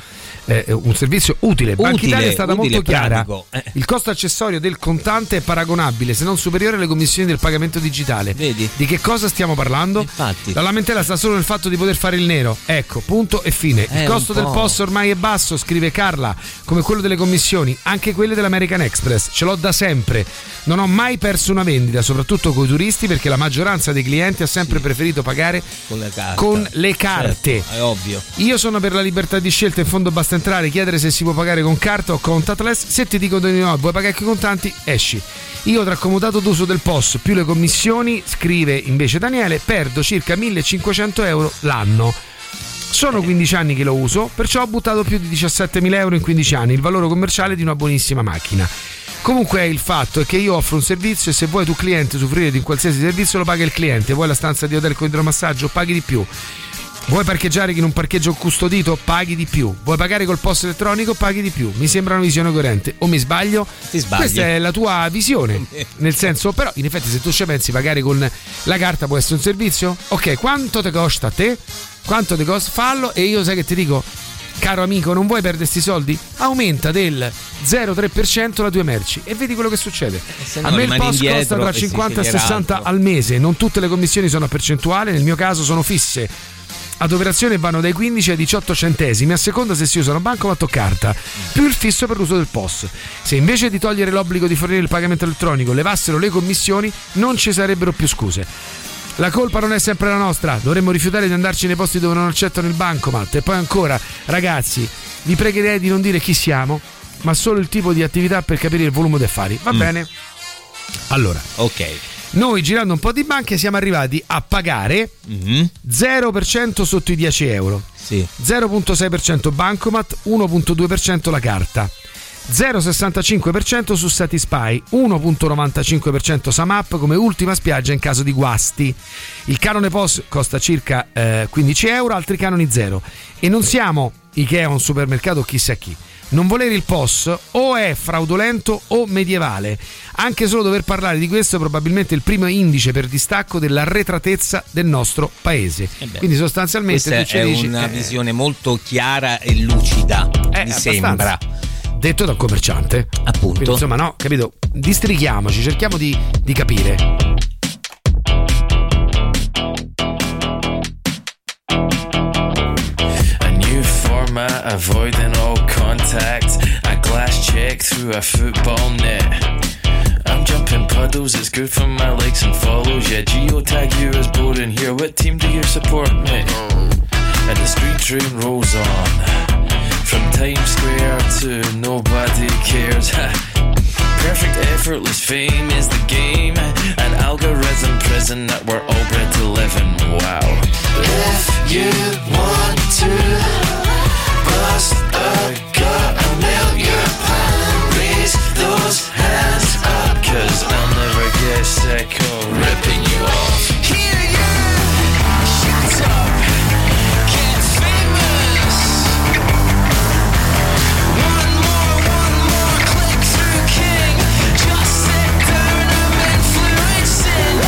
utile. Banca Italia è stata molto chiara. Il costo accessorio del contante è paragonabile, se non superiore, alle commissioni del pagamento digitale. Vedi? Di che cosa stiamo parlando? Infatti. La lamentela sta solo nel fatto di poter fare il nero. Ecco, punto e fine. Il costo del POS ormai è basso, scrive Carla, come quello delle commissioni, anche quelle dell'American Express. Ce l'ho da sempre. Non ho mai perso una vendita, soprattutto con i turisti, perché la maggioranza dei clienti ha sempre preferito pagare con le carte. Certo, è ovvio. Io sono per la libertà di scelta, in fondo basta entrare, chiedere se si può pagare con carta o contactless. Se ti dicono di no, vuoi pagare con contanti, esci. Io, tra comodato d'uso del POS più le commissioni, scrive invece Daniele, perdo circa 1.500 euro l'anno. Sono 15 anni che lo uso, perciò ho buttato più di 17.000 euro in 15 anni, il valore commerciale di una buonissima macchina. Comunque il fatto è che io offro un servizio, e se vuoi tu cliente usufruire di un qualsiasi servizio lo paga il cliente. Vuoi la stanza di hotel con idromassaggio? Paghi di più. Vuoi parcheggiare in un parcheggio custodito? Paghi di più. Vuoi pagare col POS elettronico? Paghi di più. Mi sembra una visione coerente, o mi sbaglio? Ti sbagli. Questa è la tua visione, nel senso, però in effetti se tu ci pensi, pagare con la carta può essere un servizio? Ok, quanto ti costa a te? Quanto ti costa? Fallo, e io sai che ti dico, caro amico, non vuoi perdere sti soldi? Aumenta del 0,3% la tua merci e vedi quello che succede. A me il POS costa tra 50 e 60 al mese. Non tutte le commissioni sono a percentuale, nel mio caso sono fisse. Ad operazione vanno dai 15 ai 18 centesimi a seconda se si usano bancomat o carta, più il fisso per l'uso del POS. Se invece di togliere l'obbligo di fornire il pagamento elettronico levassero le commissioni, non ci sarebbero più scuse. La colpa non è sempre la nostra, dovremmo rifiutare di andarci nei posti dove non accettano il bancomat. E poi ancora, ragazzi, vi pregherei di non dire chi siamo, ma solo il tipo di attività per capire il volume di affari. Va bene? Allora, ok. Noi girando un po' di banche siamo arrivati a pagare 0% sotto i 10 euro, 0,6% bancomat, 1,2% la carta, 0,65% su Satispay, 1,95% Samap come ultima spiaggia in caso di guasti. Il canone POS costa circa 15 euro, altri canoni 0. E non siamo Ikea, un supermercato o chissà chi. Non volere il POS o è fraudolento o medievale. Anche solo dover parlare di questo è probabilmente il primo indice per distacco dell'arretratezza del nostro paese. Quindi sostanzialmente questa tu ci è dici, una visione molto chiara e lucida, mi sembra. Detto da un commerciante, appunto. Quindi, insomma, no, capito? Districhiamoci, cerchiamo di capire. Avoiding all contact, a glass check through a football net. I'm jumping puddles, it's good for my likes and follows. Yeah, geotag you as boring here. What team do you support, mate? And the street train rolls on from Times Square to nobody cares. Perfect effortless fame is the game. An algorithm prison that we're all bred to live in. Wow. If you want to bust a gut and melt your pan, raise those hands up, 'cause I'll never get sick of ripping you off. Hear you, shut up, get famous. One more click through King. Just sit down, I'm influencing.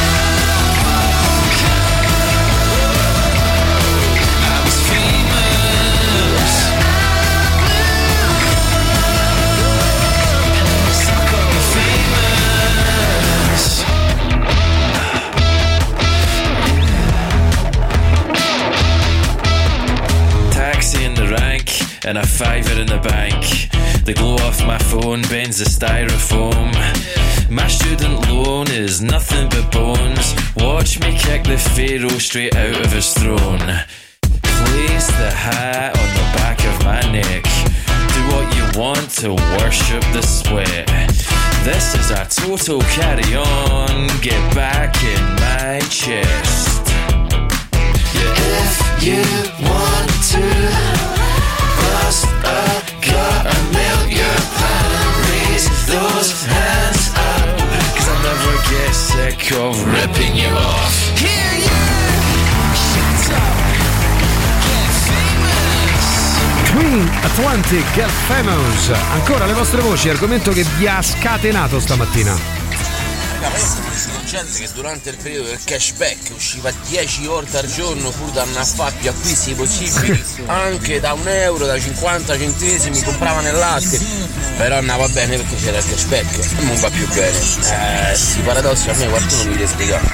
I was famous. Suck up the famous. Taxi in the rank and a fiver in the bank. The glow off my phone bends the styrofoam. My student loan is nothing but bones. Watch me kick the pharaoh straight out of his throne. Place the hat on the back of my neck. Do what you want to worship the sweat. This is a total carry-on. Get back in my chest. Yeah. If you want to bust a gut and melt your pan, raise those hands up, 'cause I'll never get sick of ripping you off. Hear you, shut up, get famous. Queen Atlantic, Get Famous. Ancora le vostre voci, argomento che vi ha scatenato stamattina. Raga, ma io sono gente che durante il periodo del cashback usciva 10 volte al giorno pur da una fare più acquisti possibili, anche da €1, da 50 centesimi, compravano il latte, però andava bene perché c'era il cashback, non va più bene. Sti paradossi a me qualcuno mi deve spiegare.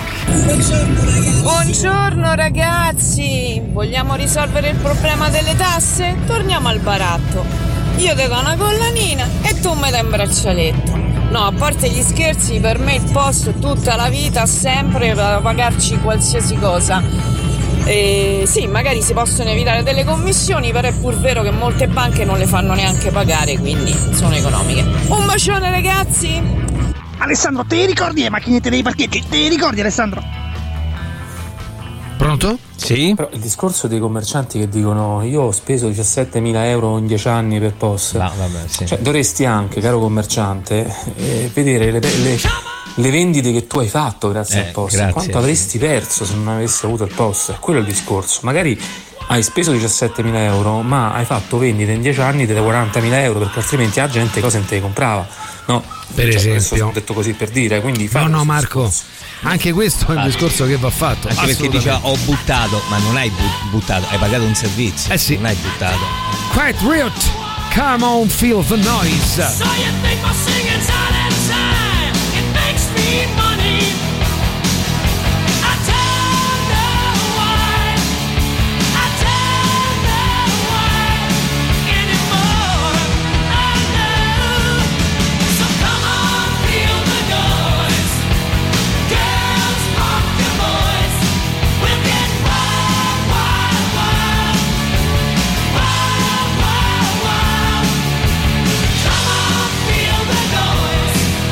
Buongiorno ragazzi, vogliamo risolvere il problema delle tasse? Torniamo al baratto. Io ti do una collanina e tu mi dai un braccialetto. No, a parte gli scherzi, per me il posto tutta la vita, sempre, per pagarci qualsiasi cosa. Sì, magari si possono evitare delle commissioni, però è pur vero che molte banche non le fanno neanche pagare, quindi sono economiche. Un bacione ragazzi! Alessandro, te ricordi le macchinette dei parcheggi? Te ricordi, Alessandro? Pronto? Sì. Però il discorso dei commercianti che dicono io ho speso 17.000 euro in 10 anni per POS, no, vabbè, sì. Cioè dovresti anche, caro commerciante, vedere le vendite che tu hai fatto grazie al POS, grazie, quanto avresti perso se non avessi avuto il POS. Quello è il discorso. Magari hai speso 17.000 euro ma hai fatto vendite in 10 anni delle 40.000 euro, perché altrimenti la gente cosa non te le comprava, no? Per esempio, ho detto così per dire, quindi no Marco, anche questo è un discorso che va fatto, anche perché diceva ho buttato, ma non hai buttato, hai pagato un servizio, sì. Non hai buttato. Quiet Riot, come on, feel the noise. So you think my singing's all that time? It makes me money. I don't know why. I don't know why anymore. I know. So come on, feel the noise. Girls, rock your voice. We'll get wild, wild, wild. Wild, wild, wild. Come on, feel the noise.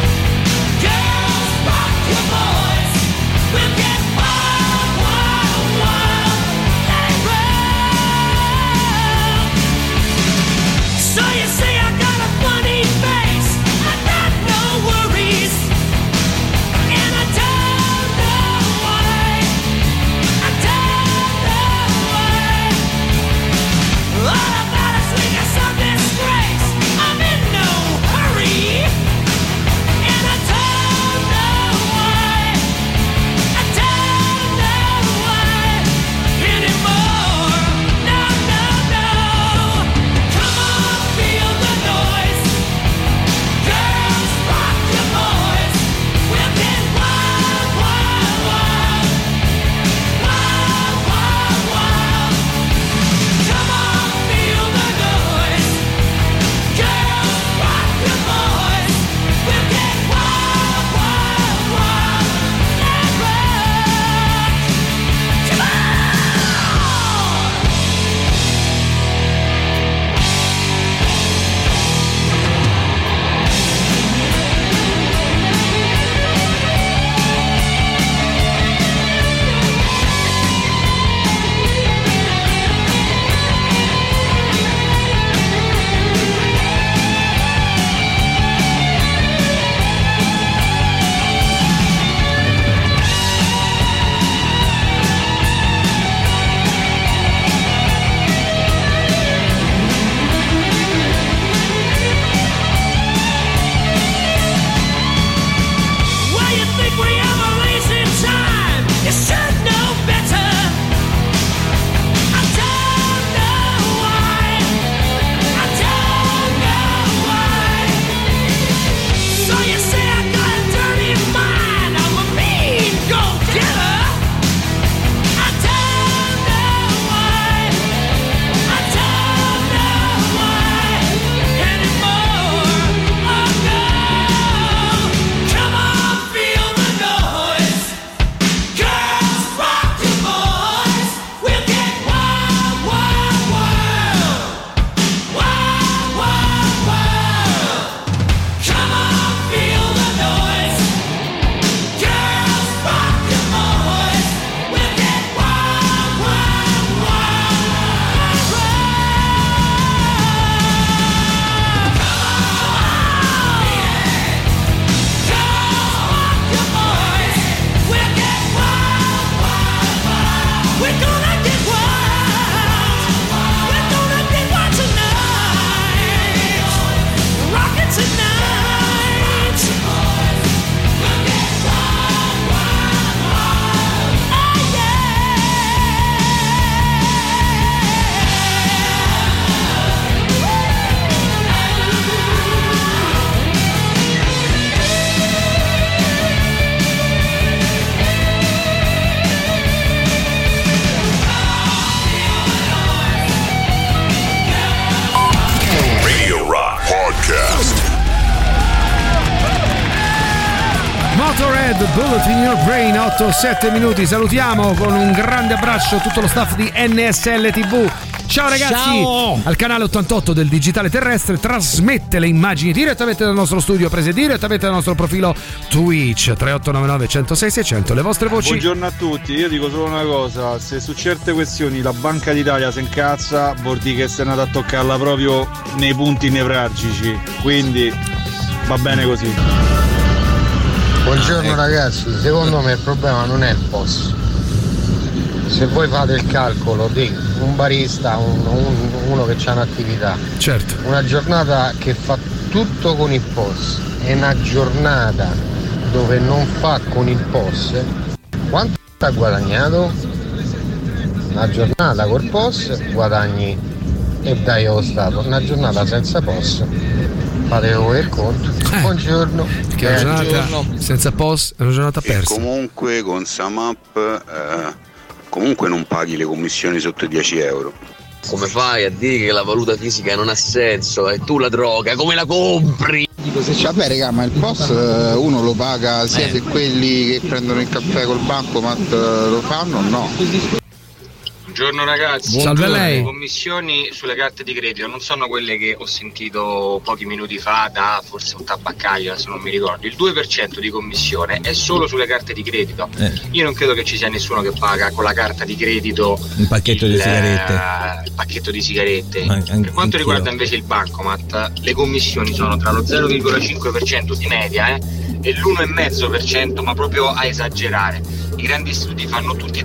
Motorhead, Bullet in Your Brain, 8-7 minuti. Salutiamo con un grande abbraccio tutto lo staff di NSL TV. Ciao ragazzi. Ciao. Al canale 88 del Digitale Terrestre trasmette le immagini direttamente dal nostro studio, prese direttamente dal nostro profilo Twitch. 3899 106 600, le vostre voci. Buongiorno a tutti, io dico solo una cosa: se su certe questioni la Banca d'Italia si incazza, vuol dire che sei andato a toccarla proprio nei punti nevralgici, quindi va bene così. Buongiorno ragazzi, secondo me il problema non è il POS. Se voi fate il calcolo di un barista, uno che ha un'attività, certo, una giornata che fa tutto con il POS e una giornata dove non fa con il POS, quanto ha guadagnato? Una giornata col POS guadagni e dai allo Stato, una giornata senza POS fate voi il conto. Buongiorno. Che è una giornata senza POS è una giornata persa. E comunque con Samap comunque non paghi le commissioni sotto i 10 euro. Come fai a dire che la valuta fisica non ha senso e tu la droga come la compri? Dico, se c'è, beh regà, ma il POS uno lo paga sia se quelli che prendono il caffè col bancomat lo fanno o no? Buongiorno ragazzi. Salve a lei. Le commissioni sulle carte di credito non sono quelle che ho sentito pochi minuti fa da forse un tabaccaio, adesso non mi ricordo. Il 2% di commissione è solo sulle carte di credito. Io non credo che ci sia nessuno che paga con la carta di credito un pacchetto di sigarette. Il pacchetto di sigarette. Per quanto riguarda invece il bancomat, le commissioni sono tra lo 0,5% di media e l'1,5%, ma proprio a esagerare. I grandi istituti fanno tutti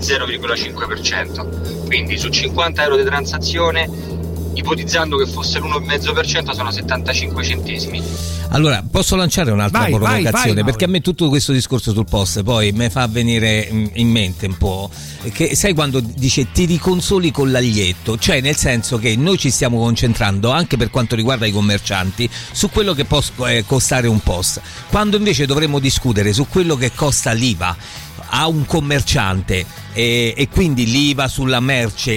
0,5%. Quindi su 50 euro di transazione, ipotizzando che fosse l'1,5%, sono 75 centesimi. Allora, posso lanciare un'altra provocazione? Vai, perché a me tutto questo discorso sul POS poi mi fa venire in mente un po', che sai quando dice ti riconsoli con l'aglietto, cioè nel senso che noi ci stiamo concentrando anche per quanto riguarda i commercianti su quello che può costare un POS, quando invece dovremmo discutere su quello che costa l'IVA a un commerciante e quindi l'IVA sulla merce,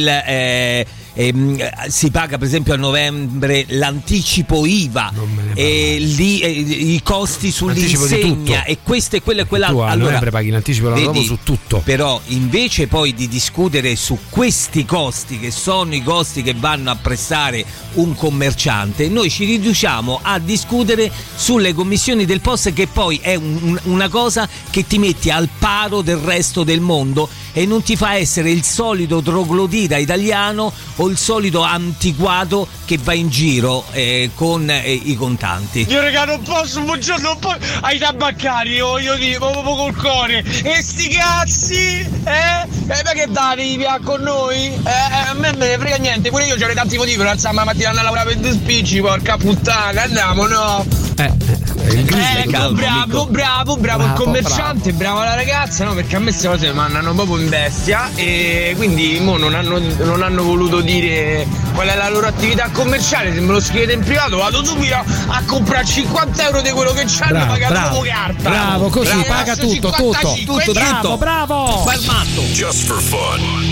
si paga per esempio a novembre l'anticipo IVA i costi sull'insegna e questo e quello e quell'altro. Tu a novembre paghi l'anticipo nuovo su tutto. Però invece poi di discutere su questi costi, che sono i costi che vanno a prestare un commerciante, noi ci riduciamo a discutere sulle commissioni del POS, che poi è una cosa che ti metti al paro del resto del mondo e non ti fa essere il solito troglodita italiano o il solito antiquato che va in giro con i contanti. Io regalo un po' su buongiorno ai tabaccari, io dico proprio col cuore. E sti cazzi, ma che dai via con noi? A me non me ne frega niente, pure io c'ho tanti motivi per alzarmi la mattina andare a lavorare per due spicci, porca puttana, andiamo, no? Bravo il commerciante, brava la ragazza, no? Perché a me queste cose mi mandano proprio in bestia e quindi non hanno voluto dire qual è la loro attività commerciale. Se me lo scrivete in privato vado subito a comprare 50 euro di quello che c'hanno, pagando proprio carta. Bravo, così paga tutto. Bravo. Palmato. Just for fun.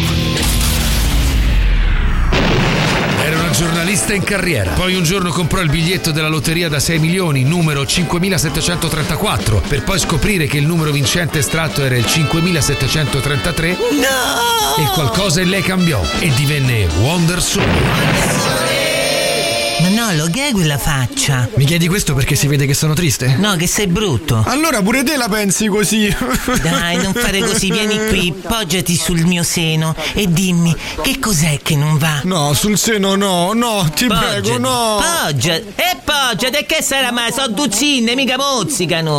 Era una giornalista in carriera. Poi un giorno comprò il biglietto della lotteria da 6 milioni, numero 5734, per poi scoprire che il numero vincente estratto era il 5733. No! E qualcosa in lei cambiò e divenne Wonder Sony. Manolo, che è quella faccia? Mi chiedi questo perché si vede che sono triste? No, che sei brutto. Allora pure te la pensi così? Dai, non fare così, vieni qui, poggiati sul mio seno e dimmi, che cos'è che non va? No, sul seno no, ti prego, no. Poggiati, e che sarà mai? Sono duzzine, mica mozzicano.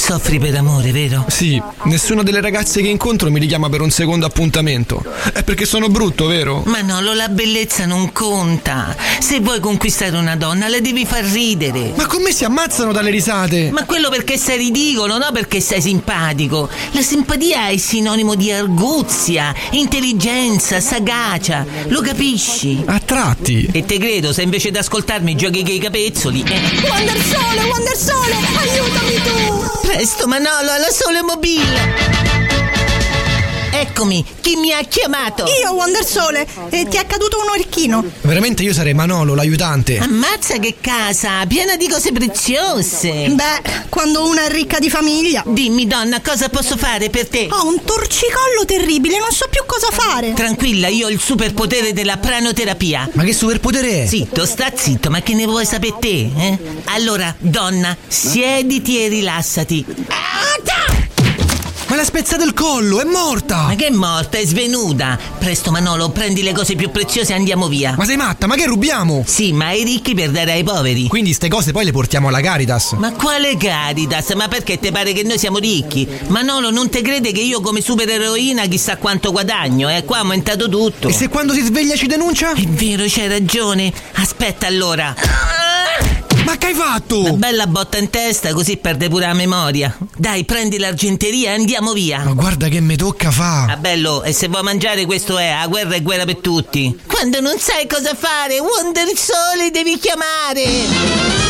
Soffri per amore, vero? Sì, nessuna delle ragazze che incontro mi richiama per un secondo appuntamento. È perché sono brutto, vero? Manolo, la bellezza non conta. Se vuoi conquistare una donna, la devi far ridere. Ma con me si ammazzano dalle risate. Ma quello perché sei ridicolo, no perché sei simpatico. La simpatia è sinonimo di arguzia, intelligenza, sagacia. Lo capisci? A tratti. E te credo, se invece di ascoltarmi giochi che i capezzoli. Wonder Sole, aiutami tu! Presto, Manolo, alla Sole Mobile! Eccomi, chi mi ha chiamato? Io, Wonder Sole, e ti è caduto un orecchino. Veramente io sarei Manolo, l'aiutante. Ammazza che casa, piena di cose preziose. Beh, quando una è ricca di famiglia. Dimmi, donna, cosa posso fare per te? Ho un torcicollo terribile, non so più cosa fare. Tranquilla, io ho il superpotere della pranoterapia. Ma che superpotere è? Zitto, sta zitto, ma che ne vuoi sapere te, eh? Allora, donna, siediti e rilassati. Ma l'ha spezzato il collo, è morta! Ma che è morta? È svenuta! Presto, Manolo, prendi le cose più preziose e andiamo via. Ma sei matta? Ma che rubiamo? Sì, ma ai ricchi per dare ai poveri. Quindi ste cose poi le portiamo alla Caritas. Ma quale Caritas? Ma perché te pare che noi siamo ricchi? Manolo, non te crede che io come supereroina chissà quanto guadagno? Qua è aumentato tutto. E se quando si sveglia ci denuncia? È vero, c'hai ragione. Aspetta allora. Ma che hai fatto? Una bella botta in testa, così perde pure la memoria. Dai, prendi l'argenteria e andiamo via. Ma guarda che mi tocca fa. Ah, bello, e se vuoi mangiare questo è, la guerra è guerra per tutti. Quando non sai cosa fare, Wonder Sole devi chiamare.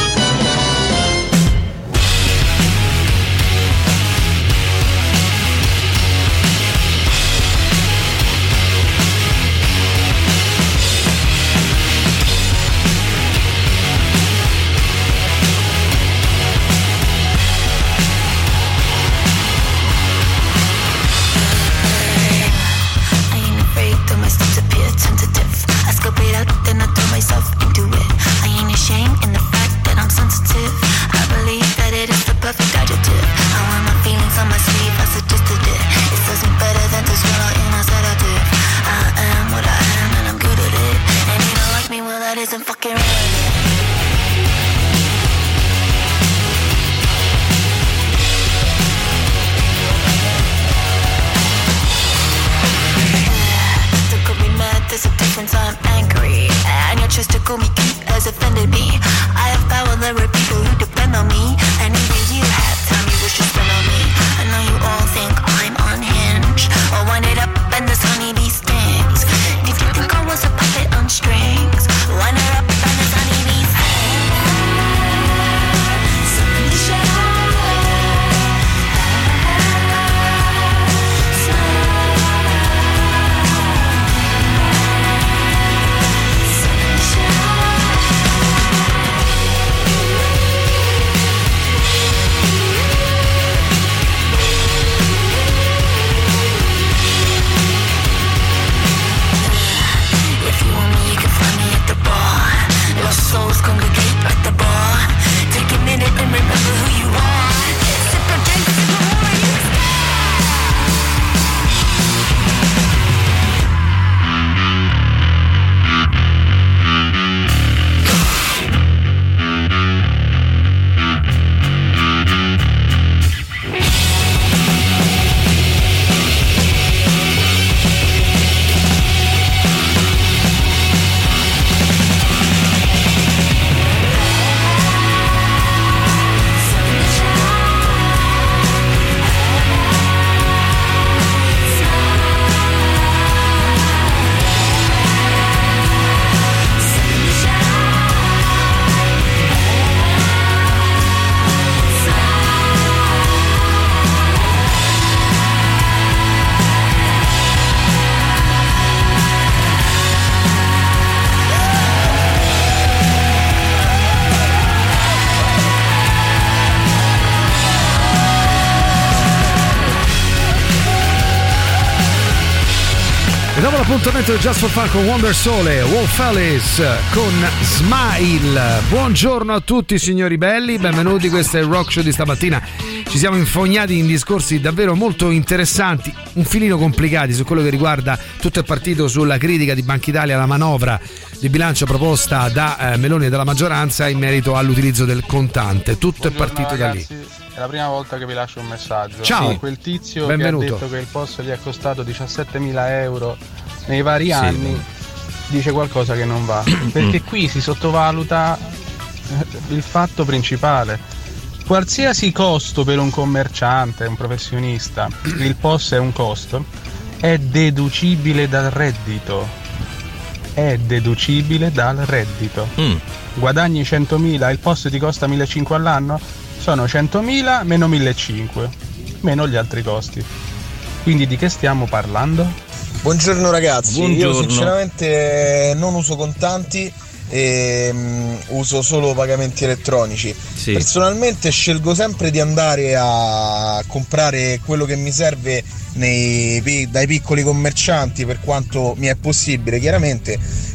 L'appuntamento di Just for Fun con Wonder Sole, Wolf Alice con Smile. Buongiorno a tutti signori belli, benvenuti, questo è il Rock Show di stamattina. Ci siamo infognati in discorsi davvero molto interessanti, un filino complicati su quello che riguarda tutto il partito sulla critica di Banca Italia alla manovra di bilancio proposta da Meloni e dalla maggioranza in merito all'utilizzo del contante. Tutto è partito da lì. è la prima volta che vi lascio un messaggio. Ciao. Quel tizio Benvenuto. che ha detto che il POS gli è costato 17.000 euro nei vari anni dice qualcosa che non va, perché qui si sottovaluta il fatto principale. Qualsiasi costo per un commerciante, un professionista, il POS è un costo, è deducibile dal reddito. È deducibile dal reddito. Guadagni 100.000, il POS ti costa 1.500 all'anno? Sono 100.000 meno 1.500, meno gli altri costi. Quindi di che stiamo parlando? Buongiorno ragazzi, Buongiorno. Io sinceramente non uso contanti e uso solo pagamenti elettronici. Personalmente scelgo sempre di andare a comprare quello che mi serve dai piccoli commercianti, per quanto mi è possibile chiaramente,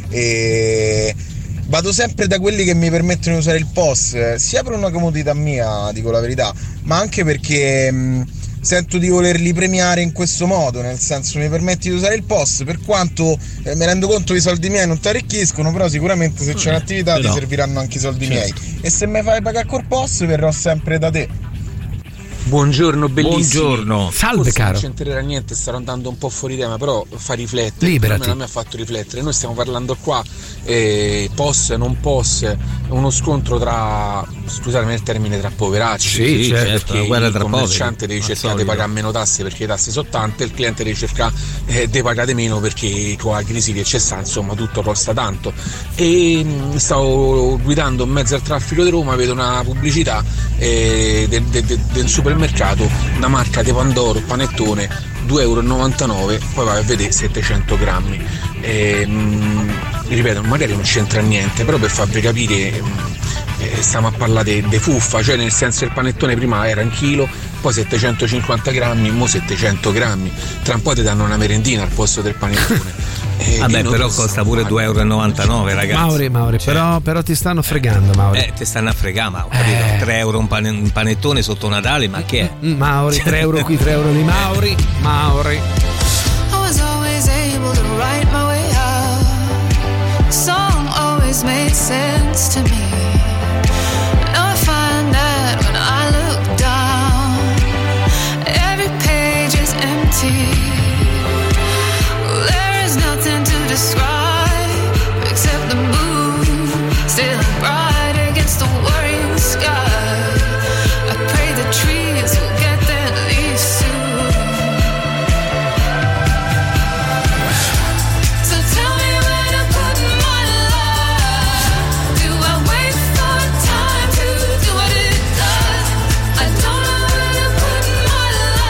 e vado sempre da quelli che mi permettono di usare il POS, sia per una comodità mia, dico la verità, ma anche perché sento di volerli premiare in questo modo, nel senso mi permetti di usare il POS, per quanto mi rendo conto che i soldi miei non ti arricchiscono, però sicuramente se c'è un'attività ti serviranno anche i soldi miei, e se mi fai pagare col POS verrò sempre da te. Buongiorno, bellissimo. Buongiorno. Salve caro. Non c'entrerà niente, starò andando un po' fuori tema, però fa riflettere. Liberati. A me ha fatto riflettere. Noi stiamo parlando qua POS, non POS, uno scontro tra, scusatemi il termine, tra poveracci. Sì, certo, perché guarda il tra commerciante poveri, deve cercare di pagare meno tasse perché le tasse sono tante, il cliente deve cercare di pagare meno perché con la crisi che c'è sta, insomma, tutto costa tanto. E stavo guidando in mezzo al traffico di Roma, vedo una pubblicità del supermercato, una marca di Pandoro, panettone, 2,99 €, poi vai a vedere 700 grammi. Ripeto, magari non c'entra niente, però per farvi capire stiamo a parlare di fuffa, cioè nel senso il panettone prima era un chilo, poi 750 grammi, mo 700 grammi, tra un po' ti danno una merendina al posto del panettone. Vabbè, però costa pure 2,99 €, ragazzi. Mauri, però ti stanno fregando, Mauri. Ti stanno a fregare, ma ho capito, 3 € un panettone sotto Natale, ma che è? Mauri, 3 € qui, 3 € di Mauri. I was always able to write my way out. Song always made sense to me. Now I find that when I look down, every page is empty. There is nothing to describe except the moon still bright against the worrying sky. I pray the trees will get their leaves soon. So tell me where to put my love. Do I wait for time to do what it does? I don't know where to put my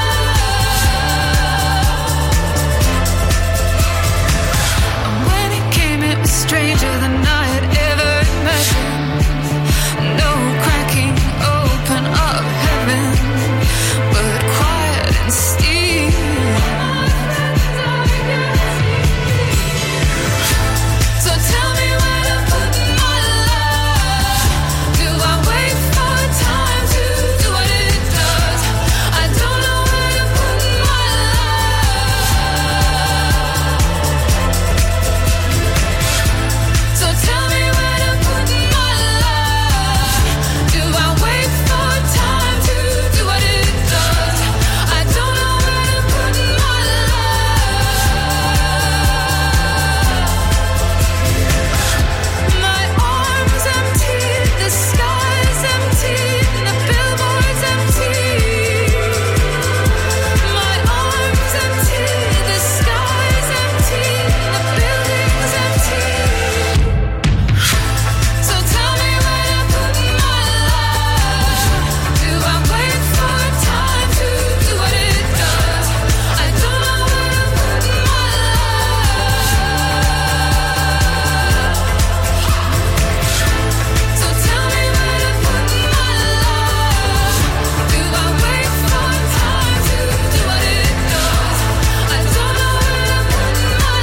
love. And when it came, it was stranger than I had ever imagined. No cracking open of heaven, but quiet and still. So tell me where to put my love. Do I wait for time to do what it does? I don't know where to put my love. So tell me where to put my love. Do I wait for time to do what it does? I don't know where to put my love. My arms empty, the sky's empty, the billboard's empty. My arms empty, the sky's empty, the building's empty. So tell me where to put my love. Do I wait for time to do what it does? I don't know where to put my love. So tell me where to put my love. Do I wait for time to do what it does? I don't know where to put my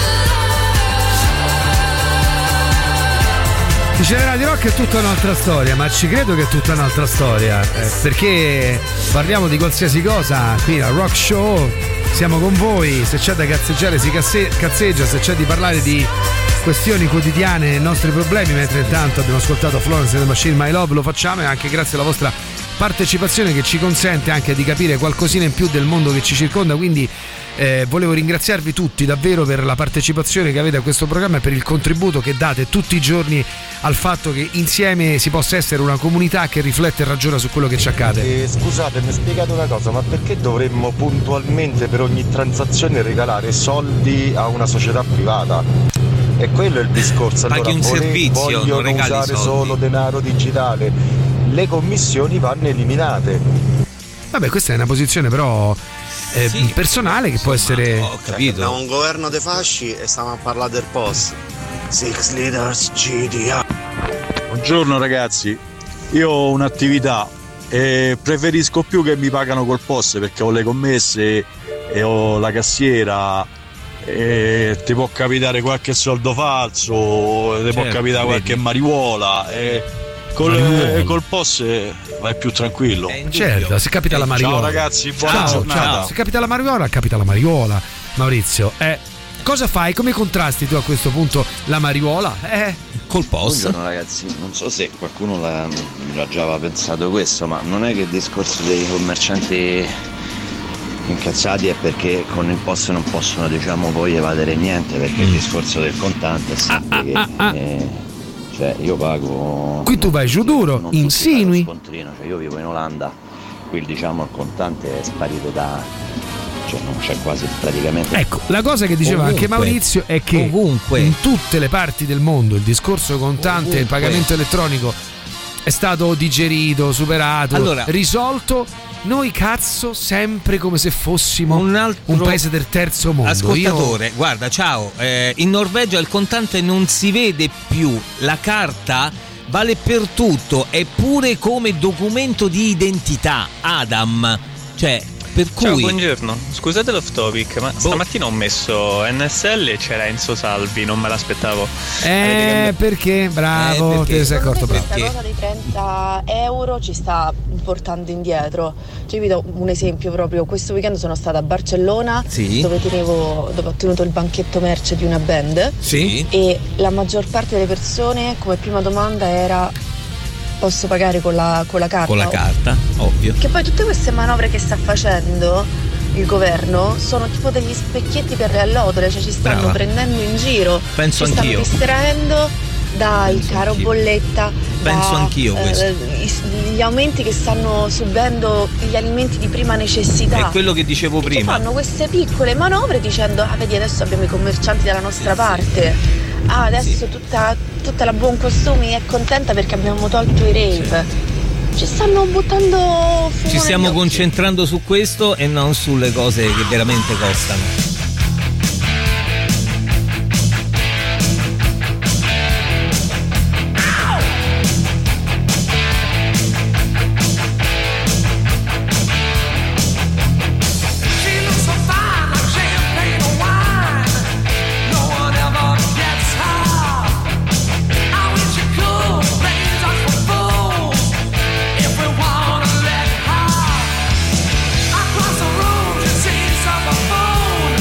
love. Dice Radio Rock è tutta un'altra storia, ma ci credo che è tutta un'altra storia, perché parliamo di qualsiasi cosa qui al Rock Show, siamo con voi, se c'è da cazzeggiare si cazzeggia, se c'è di parlare di questioni quotidiane, i nostri problemi, mentre intanto abbiamo ascoltato Florence and the Machine, My Love, lo facciamo e anche grazie alla vostra partecipazione che ci consente anche di capire qualcosina in più del mondo che ci circonda, quindi volevo ringraziarvi tutti davvero per la partecipazione che avete a questo programma e per il contributo che date tutti i giorni al fatto che insieme si possa essere una comunità che riflette e ragiona su quello che ci accade. Scusate, mi spiegate una cosa, ma perché dovremmo puntualmente per ogni transazione regalare soldi a una società privata? E quello è il discorso. Paghi allora, un servizio, vogliono non regali usare soldi. solo denaro digitale, le commissioni vanno eliminate. Vabbè, questa è una posizione però personale che può essere. Ho capito. Da un governo dei fasci e stiamo a parlare del POS. Six Leaders GDA. Buongiorno ragazzi, io ho un'attività e preferisco più che mi pagano col POS perché ho le commesse e ho la cassiera e ti può capitare qualche soldo falso, ti può capitare qualche mariuola e col POS vai più tranquillo. Certo, se capita la mariuola. Ciao ragazzi, buona giornata. Ciao. Se capita la mariuola, capita la mariuola. Maurizio, cosa fai? Come contrasti tu a questo punto la mariuola? Col POS. Buongiorno ragazzi, non so se qualcuno l'ha già aveva pensato questo, ma non è che il discorso dei commercianti incazzati è perché con il POS non possono, diciamo, poi evadere niente, perché il discorso del contante è sempre che cioè io pago. Qui tu vai giù duro, insinui. Cioè io vivo in Olanda, qui diciamo il contante è sparito cioè non c'è quasi praticamente. Ecco, la cosa che diceva anche Maurizio è che in tutte le parti del mondo il discorso contante e il pagamento elettronico è stato digerito, superato, risolto. Noi cazzo sempre come se fossimo un paese del terzo mondo. Ascoltatore, guarda, ciao, in Norvegia il contante non si vede più, la carta vale per tutto, è pure come documento di identità, Adam, cioè per Ciao, cui buongiorno, scusate l'off topic, ma stamattina ho messo NSL e c'era Enzo Salvi, non me l'aspettavo. Perché? Bravo, te ne sei accorto, bravo. Questa cosa dei 30 euro ci sta portando indietro. Cioè, vi do un esempio proprio. Questo weekend sono stata a Barcellona, dove ho ottenuto il banchetto merce di una band. Sì. E la maggior parte delle persone come prima domanda era: posso pagare con la carta? Con la carta, ovvio. Che poi tutte queste manovre che sta facendo il governo sono tipo degli specchietti per le allodole, cioè ci stanno prendendo in giro. Penso ci anch'io. Stanno distraendo dal caro bolletta. Penso anch'io questo. Gli aumenti che stanno subendo gli alimenti di prima necessità. È quello che dicevo prima. Fanno queste piccole manovre dicendo: vedi, adesso abbiamo i commercianti dalla nostra parte. Adesso tutta la buon costumi è contenta perché abbiamo tolto i rave. Ci stanno buttando fumo. Ci stiamo negli occhi. concentrando su questo e non sulle cose che veramente costano. Across the room, you see some fool.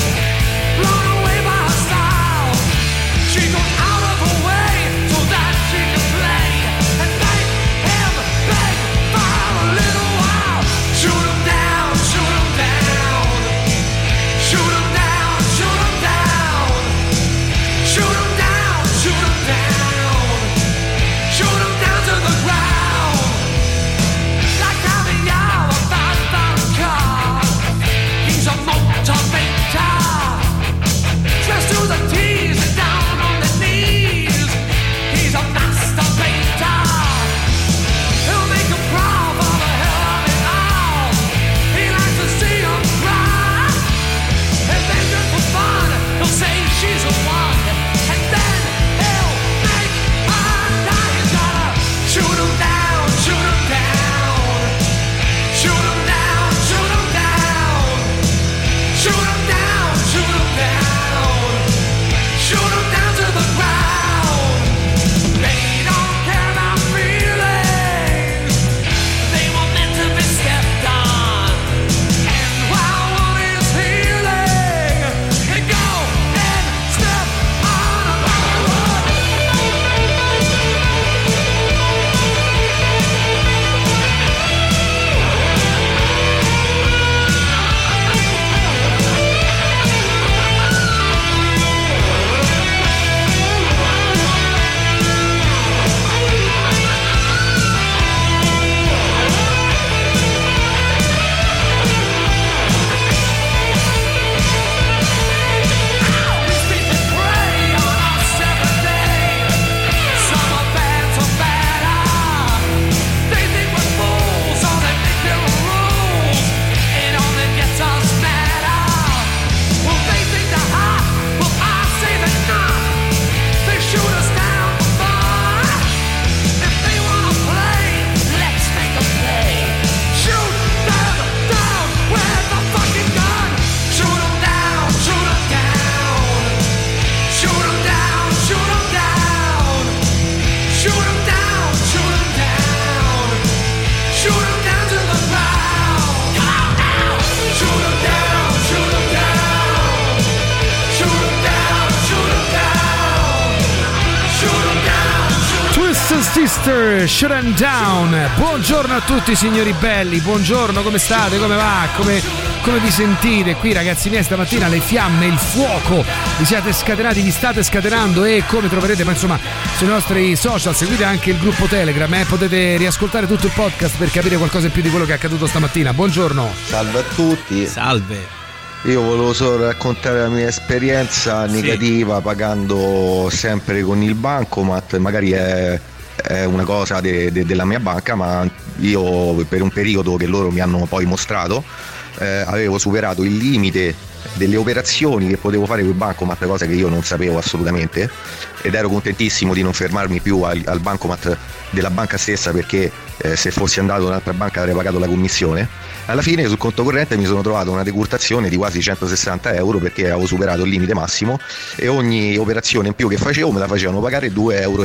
Sister Shut Down. Buongiorno a tutti signori belli, buongiorno, come state, come va, come vi sentite? Qui ragazzi miei stamattina le fiamme, il fuoco, vi siete scatenati, vi state scatenando e come troverete insomma sui nostri social, seguite anche il gruppo Telegram, potete riascoltare tutto il podcast per capire qualcosa in più di quello che è accaduto stamattina. Buongiorno. Salve a tutti. Salve. Io volevo solo raccontare la mia esperienza negativa pagando sempre con il bancomat, magari è una cosa della mia banca, ma io per un periodo che loro mi hanno poi mostrato avevo superato il limite delle operazioni che potevo fare con il bancomat, cosa che io non sapevo assolutamente, ed ero contentissimo di non fermarmi più al bancomat della banca stessa, perché se fossi andato in un'altra banca avrei pagato la commissione. Alla fine sul conto corrente mi sono trovato una decurtazione di quasi 160 euro perché avevo superato il limite massimo e ogni operazione in più che facevo me la facevano pagare 2,13 euro.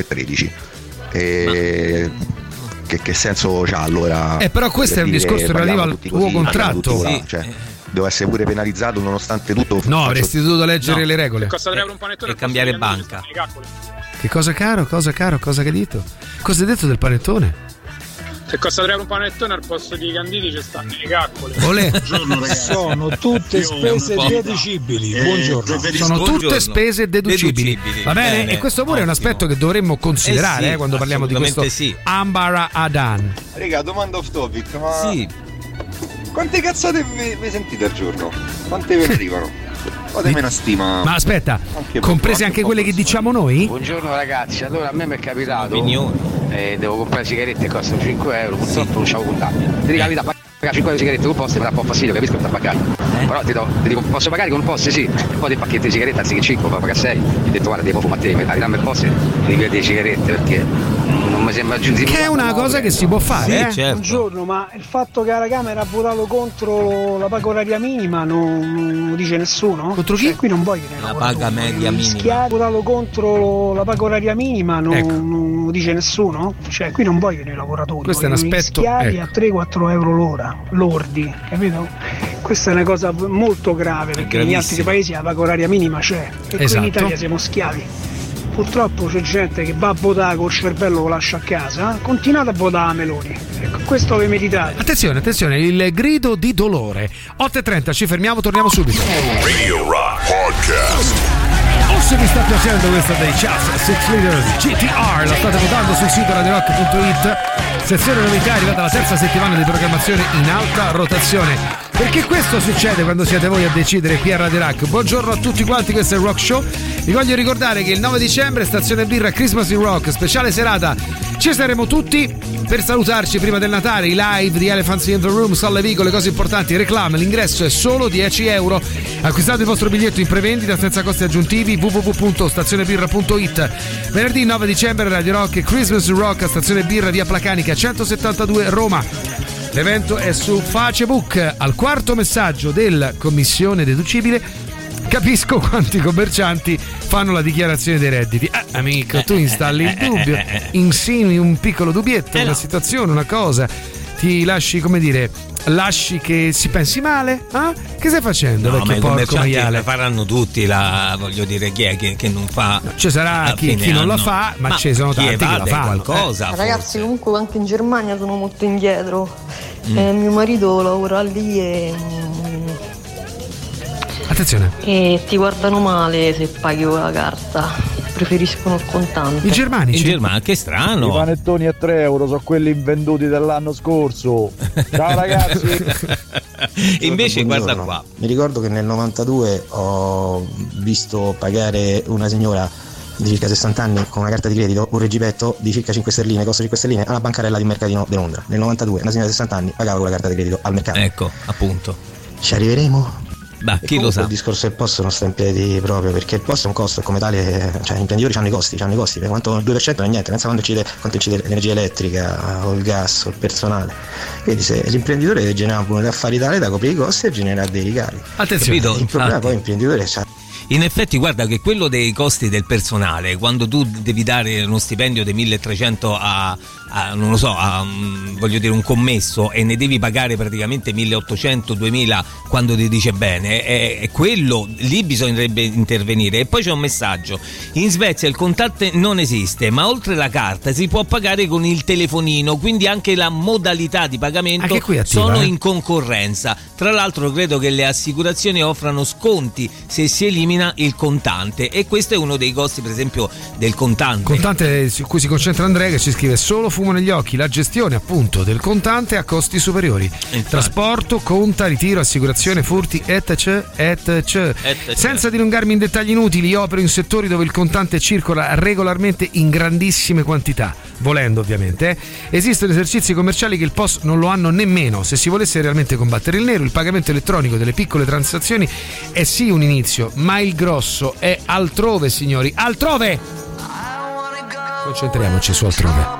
Che senso c'ha allora? Però questo è un discorso relativo al tuo contratto. Cioè, devo essere pure penalizzato nonostante tutto. No, avresti dovuto leggere le regole. Costa 3 euro un panettone e cambiare banca. Che cosa caro? Cosa che hai detto? Cosa hai detto del panettone? Se costa 3 euro un panettone al posto di canditi ci stanno le caccole. Buongiorno ragazzi. Sono tutte spese deducibili. Buongiorno. Sono tutte spese deducibili. Va bene? E questo pure è un aspetto che dovremmo considerare quando parliamo di questo Ambara Adan. Raga, domanda off topic, ma quante cazzate vi sentite al giorno? Quante vi arrivano? Fatemi una stima. Ma aspetta, comprese anche quelle che diciamo noi? Buongiorno ragazzi, allora a me mi è capitato devo comprare sigarette che costano 5 euro, purtroppo non c'avevo contanti. Ti dico la verità, pagare 5 euro di sigarette con poste mi dà un po' fastidio, capisco che sta pagando. Però ti dico, posso pagare con poste? Sì, un po' di pacchetti di sigarette anziché 5, poi paga 6. Ho detto guarda, devo fumare te, dammi il poste di quelle sigarette perché non mi sembra aggiuntivo. Che è una cosa che si può fare, sì, certo. Buongiorno, ma il fatto che la Camera ha votato contro la paga oraria minima non lo dice nessuno? Contro chi? Qui non vogliono la paga media minima. Ha votato contro la paga oraria minima non lo dice nessuno? Cioè qui non vogliono i lavoratori. Questo è un aspetto schiavi a 3-4 euro l'ora, lordi, capito? Questa è una cosa molto grave perché negli altri paesi la paga oraria minima c'è e qui in Italia siamo schiavi. Purtroppo c'è gente che va a votare col cervello lo lascia a casa, continuate a votare a Meloni. Ecco, questo vi meditate. Attenzione, il grido di dolore. 8:30, ci fermiamo, torniamo subito. Radio Rock Podcast. O se vi sta piacendo questa dei Just 6 Leaders GTR, la state votando sul sito radiorock.it. Sezione novità, è arrivata la terza settimana di programmazione in alta rotazione. Perché questo succede quando siete voi a decidere qui a Radio Rock. Buongiorno a tutti quanti, questo è il Rock Show. Vi voglio ricordare che il 9 dicembre Stazione Birra Christmas in Rock, speciale serata. Ci saremo tutti per salutarci prima del Natale, i live di Elephants in the Room, Sol Vico, le cose importanti, reclame, l'ingresso è solo 10 euro. Acquistate il vostro biglietto in prevendita senza costi aggiuntivi, www.stazionebirra.it. Venerdì 9 dicembre Radio Rock Christmas in Rock a Stazione Birra via Placanica 172 Roma. L'evento è su Facebook. Al quarto messaggio della commissione deducibile capisco quanti commercianti fanno la dichiarazione dei redditi. Amico, tu installi il dubbio, insinui un piccolo dubbietto, una situazione, una cosa, ti lasci, come dire, lasci che si pensi male? Che stai facendo? No, vecchio porco maiale? Faranno tutti voglio dire, chi è che non fa? Ci sarà chi non la fa, ma ci sono tanti che la fanno. Qualcosa, ragazzi, comunque anche in Germania sono molto indietro. Mio marito lavora lì e attenzione, e ti guardano male se paghi con la carta, preferiscono il contante. I germanici? In Germania, che strano. I panettoni a 3 euro sono quelli invenduti dell'anno scorso. Ciao ragazzi. Invece guarda qua, mi ricordo che nel 92 ho visto pagare una signora di circa 60 anni con una carta di credito un reggipetto di circa 5 sterline, costa 5 sterline, alla bancarella di un mercatino di Londra. Nel 92 una signora di 60 anni pagava con la carta di credito al mercato. Ecco, appunto. Ci arriveremo? Beh, chi lo sa? Il discorso del posto non sta in piedi proprio, perché il posto è un costo e come tale, cioè gli imprenditori hanno i costi, per quanto il 2% non è niente, pensa quanto incide l'energia elettrica o il gas o il personale. Quindi se l'imprenditore genera un buon affari tale da coprire i costi e genera dei ricavi. Attenzione, il problema poi l'imprenditore c'ha. In effetti guarda che quello dei costi del personale, quando tu devi dare uno stipendio di 1.300 a non lo so, voglio dire un commesso e ne devi pagare praticamente 1.800-2.000 quando ti dice bene, è quello, lì bisognerebbe intervenire. E poi c'è un messaggio: in Svezia il contante non esiste, ma oltre la carta si può pagare con il telefonino, quindi anche la modalità di pagamento sono in concorrenza. Tra l'altro credo che le assicurazioni offrano sconti se si elimina il contante, e questo è uno dei costi per esempio del contante su cui si concentra Andrea, che ci scrive: solo fumo negli occhi, la gestione appunto del contante a costi superiori. Trasporto, conta, ritiro, assicurazione, furti, etc. Senza dilungarmi in dettagli inutili, io opero in settori dove il contante circola regolarmente in grandissime quantità, volendo ovviamente. Esistono esercizi commerciali che il POS non lo hanno nemmeno. Se si volesse realmente combattere il nero, il pagamento elettronico delle piccole transazioni è sì un inizio, ma il grosso è altrove, signori, altrove! Concentriamoci su altrove.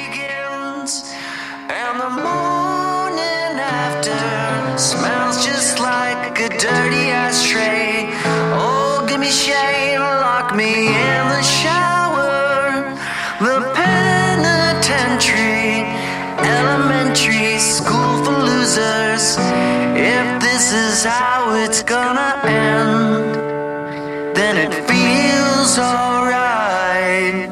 Smells just like a dirty ashtray. Oh, give me shame, lock me in the shower. The penitentiary, elementary school for losers. If this is how it's gonna end, then it feels alright.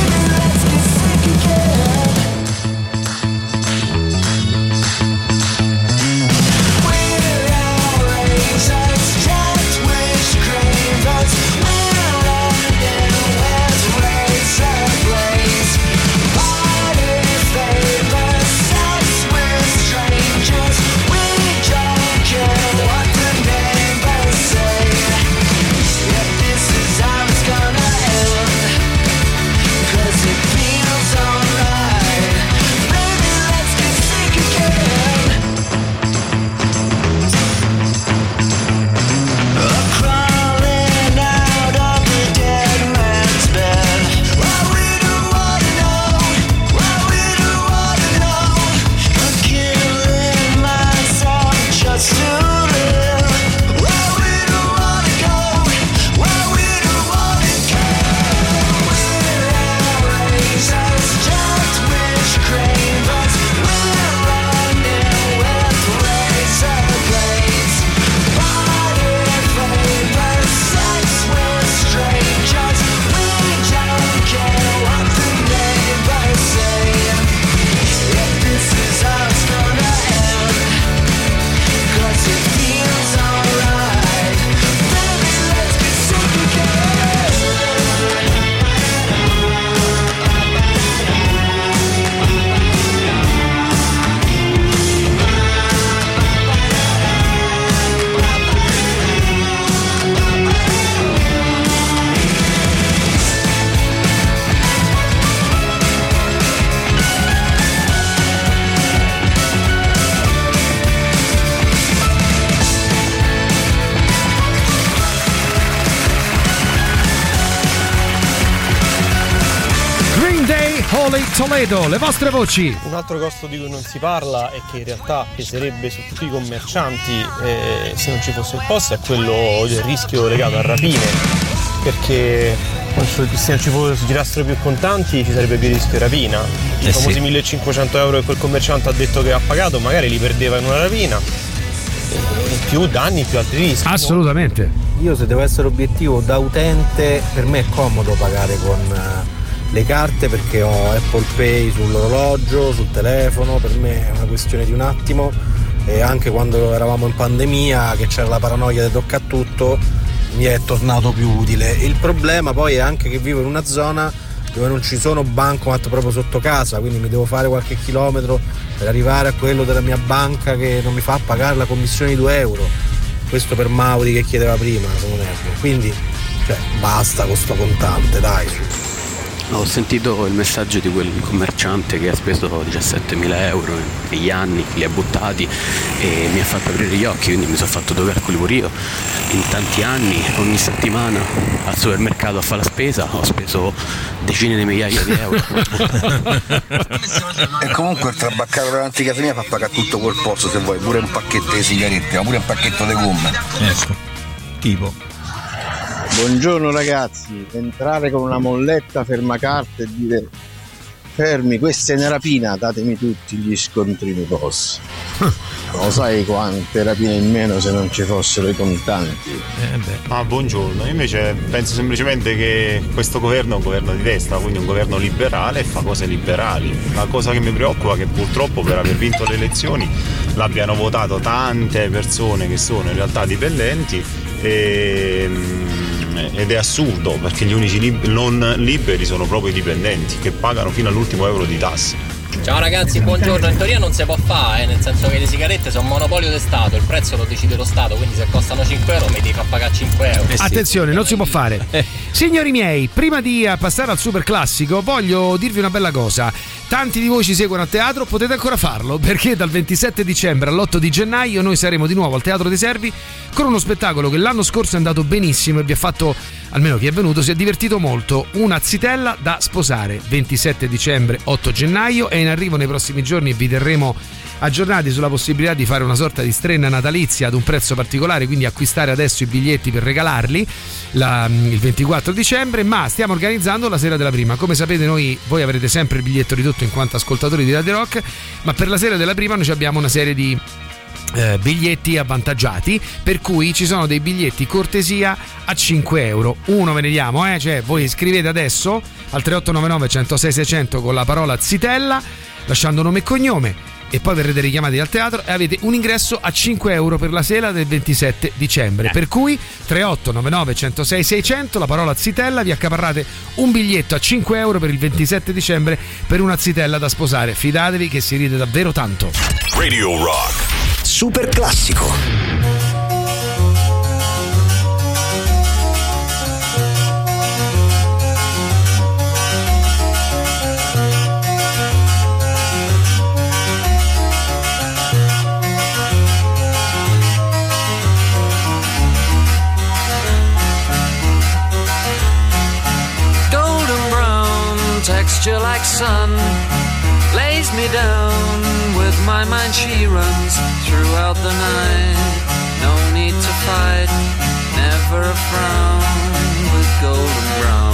Toledo, le vostre voci. Un altro costo di cui non si parla e che in realtà peserebbe su tutti i commercianti se non ci fosse il POS è quello del rischio legato a rapine, perché se non ci girassero più contanti ci sarebbe più rischio di rapina. I famosi 1.500 euro che quel commerciante ha detto che ha pagato magari li perdeva in una rapina, in più danni, più altri rischi. Assolutamente. Io, se devo essere obiettivo, da utente per me è comodo pagare con le carte, perché ho Apple Pay sull'orologio, sul telefono, per me è una questione di un attimo, e anche quando eravamo in pandemia, che c'era la paranoia di tocca a tutto, mi è tornato più utile. Il problema poi è anche che vivo in una zona dove non ci sono bancomat proprio sotto casa, quindi mi devo fare qualche chilometro per arrivare a quello della mia banca che non mi fa pagare la commissione di 2 euro. Questo per Mauri che chiedeva prima, sono nervo. Quindi basta con sto contante, dai, su. Ho sentito il messaggio di quel commerciante che ha speso 17.000 euro negli anni, li ha buttati, e mi ha fatto aprire gli occhi, quindi mi sono fatto 2 calcoli pure io. In tanti anni, ogni settimana al supermercato a fare la spesa ho speso decine di migliaia di euro. E comunque il trabaccato davanti a casa mia fa pagare tutto quel posto, se vuoi, pure un pacchetto di sigarette, ma pure un pacchetto di gomme. Ecco, tipo. Buongiorno ragazzi, entrare con una molletta fermacarte e dire fermi, questa è una rapina, datemi tutti gli scontrini POS. Lo sai quante rapine in meno se non ci fossero i contanti? Buongiorno, io invece penso semplicemente che questo governo è un governo di destra, quindi un governo liberale e fa cose liberali. La cosa che mi preoccupa è che purtroppo per aver vinto le elezioni l'abbiano votato tante persone che sono in realtà dipendenti ed è assurdo, perché gli unici non liberi sono proprio i dipendenti che pagano fino all'ultimo euro di tasse. Ciao ragazzi, buongiorno. In teoria non si può fare, nel senso che le sigarette sono un monopolio del Stato, il prezzo lo decide lo Stato, quindi se costano 5 euro mi devi far pagare 5 euro. Attenzione, non si può fare. Signori miei, prima di passare al super classico voglio dirvi una bella cosa. Tanti di voi ci seguono a teatro, potete ancora farlo, perché dal 27 dicembre all'8 di gennaio noi saremo di nuovo al Teatro dei Servi con uno spettacolo che l'anno scorso è andato benissimo e vi ha fatto, almeno chi è venuto, si è divertito molto. Una zitella da sposare, 27 dicembre, 8 gennaio, è in arrivo nei prossimi giorni e vi terremo aggiornati sulla possibilità di fare una sorta di strenna natalizia ad un prezzo particolare, quindi acquistare adesso i biglietti per regalarli il 24 dicembre, ma stiamo organizzando la sera della prima. Come sapete voi avrete sempre il biglietto ridotto in quanto ascoltatori di Radio Rock, ma per la sera della prima noi abbiamo una serie di biglietti avvantaggiati, per cui ci sono dei biglietti cortesia a 5 euro. Uno ve ne diamo, cioè voi scrivete adesso al 3899 106 600 con la parola zitella, lasciando nome e cognome, e poi verrete richiamati al teatro e avete un ingresso a 5 euro per la sera del 27 dicembre. Per cui 3899 106 600, la parola zitella, vi accaparrate un biglietto a 5 euro per il 27 dicembre per una zitella da sposare. Fidatevi che si ride davvero tanto. Radio Rock Super classico. Texture like sun lays me down. With my mind she runs throughout the night. No need to fight, never a frown. With golden brown,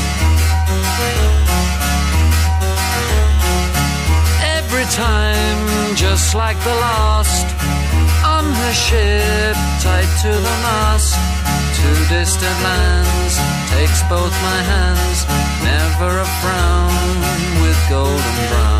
every time just like the last. On her ship tied to the mast, to distant lands, takes both my hands. Never a frown, with golden brown.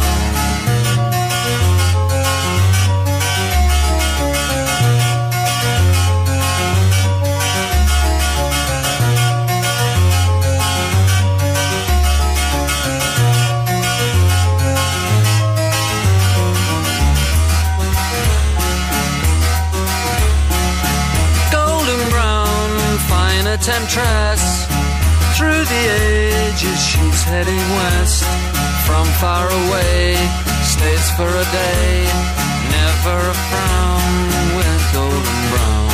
Golden brown, fine a temptress. Through the ages she's heading west. From far away, stays for a day. Never a frown, with golden brown.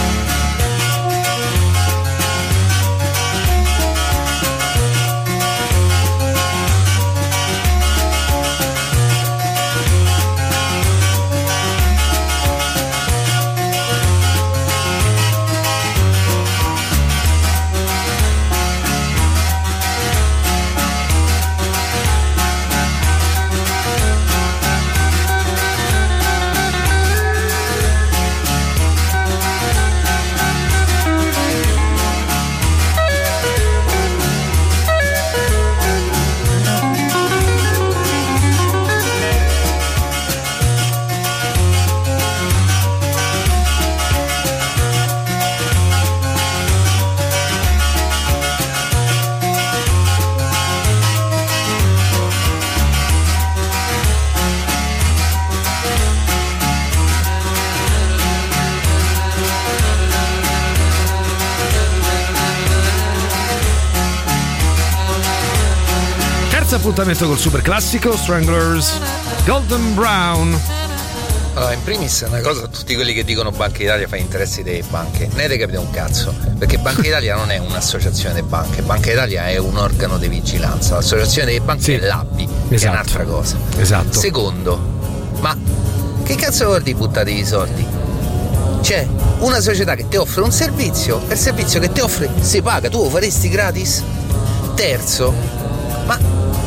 Appuntamento col super classico Stranglers, Golden Brown. Allora, in primis una cosa a tutti quelli che dicono Banca Italia fa interessi delle banche, ne avete capito un cazzo, perché Banca Italia non è un'associazione delle banche, Banca Italia è un organo di vigilanza, l'associazione delle banche è l'ABI, che è un'altra cosa. Esatto. Secondo, ma che cazzo vuol dire buttare i soldi? C'è una società che ti offre un servizio e il servizio che ti offre si paga, tu lo faresti gratis? Terzo, ma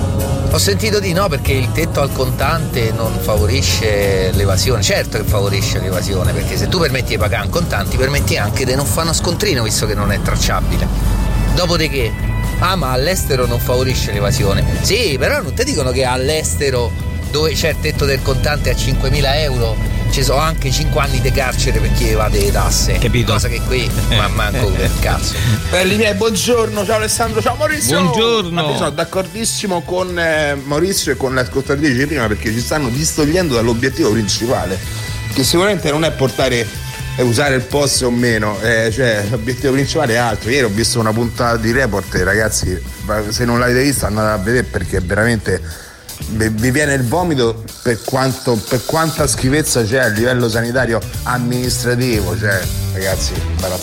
Ho sentito di no, perché il tetto al contante non favorisce l'evasione. Certo che favorisce l'evasione, perché se tu permetti di pagare in contanti permetti anche di non fare uno scontrino, visto che non è tracciabile. Dopodiché, ma all'estero non favorisce l'evasione. Sì, però non ti dicono che all'estero, dove c'è il tetto del contante a 5.000 euro, ci sono anche 5 anni di carcere per chi evade le tasse. Capito? Cosa che qui manco per cazzo. Belli miei, buongiorno, ciao Alessandro, ciao Maurizio. Buongiorno. Sono d'accordissimo con Maurizio e con l'ascoltatrice prima, perché ci stanno distogliendo dall'obiettivo principale, che sicuramente non è portare usare il POS o meno, cioè l'obiettivo principale è altro. Ieri ho visto una puntata di Report, ragazzi, se non l'avete vista andate a vedere, perché veramente vi viene il vomito per quanta schifezza c'è a livello sanitario amministrativo, cioè ragazzi,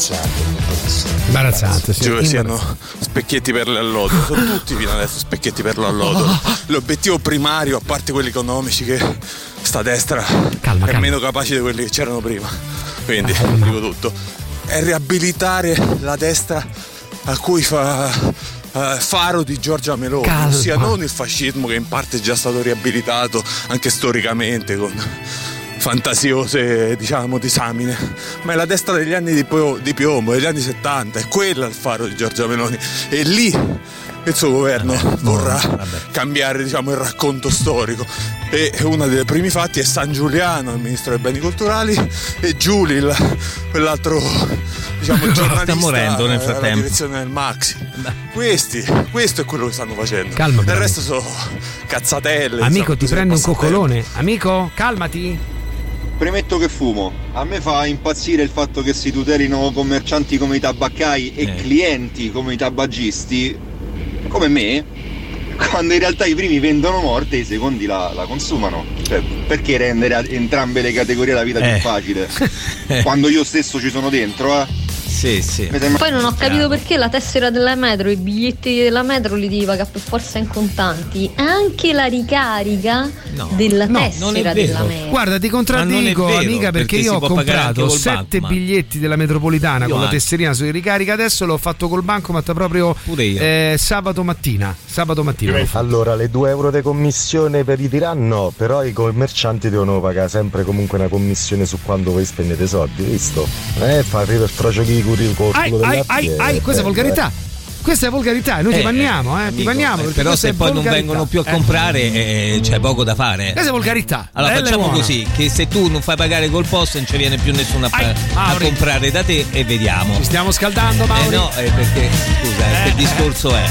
imbarazzante, sì. Cioè, siano specchietti per l'allodo, sono tutti fino adesso specchietti per l'allodo. L'obiettivo primario, a parte quelli economici, che sta destra è meno capace di quelli che c'erano prima, quindi dico tutto, è riabilitare la destra a cui fa faro di Giorgia Meloni, ossia non il fascismo, che in parte è già stato riabilitato anche storicamente con fantasiose, diciamo, disamine, ma è la destra degli anni di piombo, degli anni 70, è quella il faro di Giorgia Meloni, e lì il suo governo vorrà cambiare, diciamo, il racconto storico. E uno dei primi fatti è San Giuliano, il ministro dei beni culturali, e Giuli, quell'altro, diciamo, giornalista, sta morendo nel alla frattempo. direzione del Maxi. Questo è quello che stanno facendo. Calma, il resto sono cazzatelle. Amico, insomma, ti prendo un coccolone. Amico, calmati. Premetto che fumo. A me fa impazzire il fatto che si tutelino commercianti come i tabaccai e clienti come i tabagisti, come me, quando in realtà i primi vendono morte e i secondi la consumano. Cioè, perché rendere a entrambe le categorie la vita più facile? Quando io stesso ci sono dentro, Sì. Poi non ho capito perché la tessera della metro, i biglietti della metro li devi pagare per forza in contanti, anche la ricarica della tessera della metro. Guarda, ti contraddico, amica, perché io ho comprato 7 biglietti della metropolitana con la tesserina su ricarica. Adesso l'ho fatto col bancomat proprio sabato mattina. Allora, le 2 euro di commissione per i tiranno, però i commercianti devono pagare sempre comunque una commissione su quando voi spendete soldi, visto? Fa il frocio chi questa è volgarità. Questa è volgarità, noi ti panniamo, ti panniamo. Però se poi non vengono più a comprare c'è poco da fare. Questa è volgarità. Allora facciamo così, che se tu non fai pagare col POS non ci viene più nessuno a comprare da te, e vediamo. Ci stiamo scaldando, Mauri. No, perché scusa, che discorso è?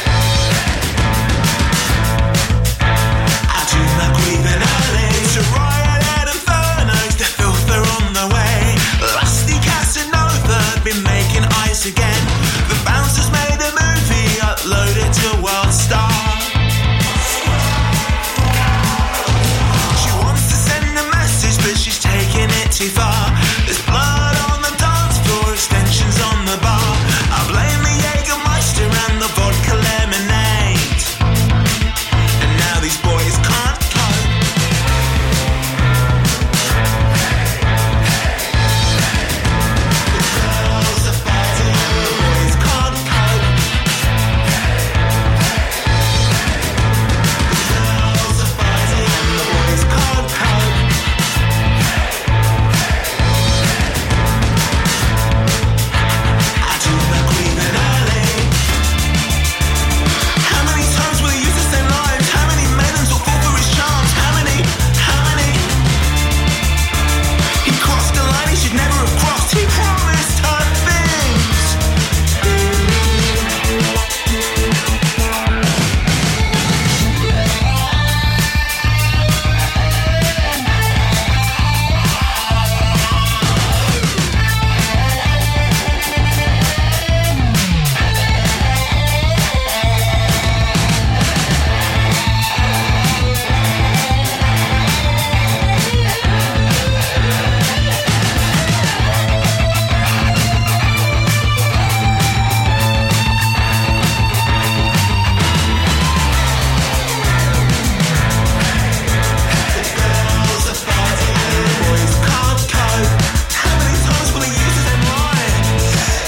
I do not grieve and I lay to ride.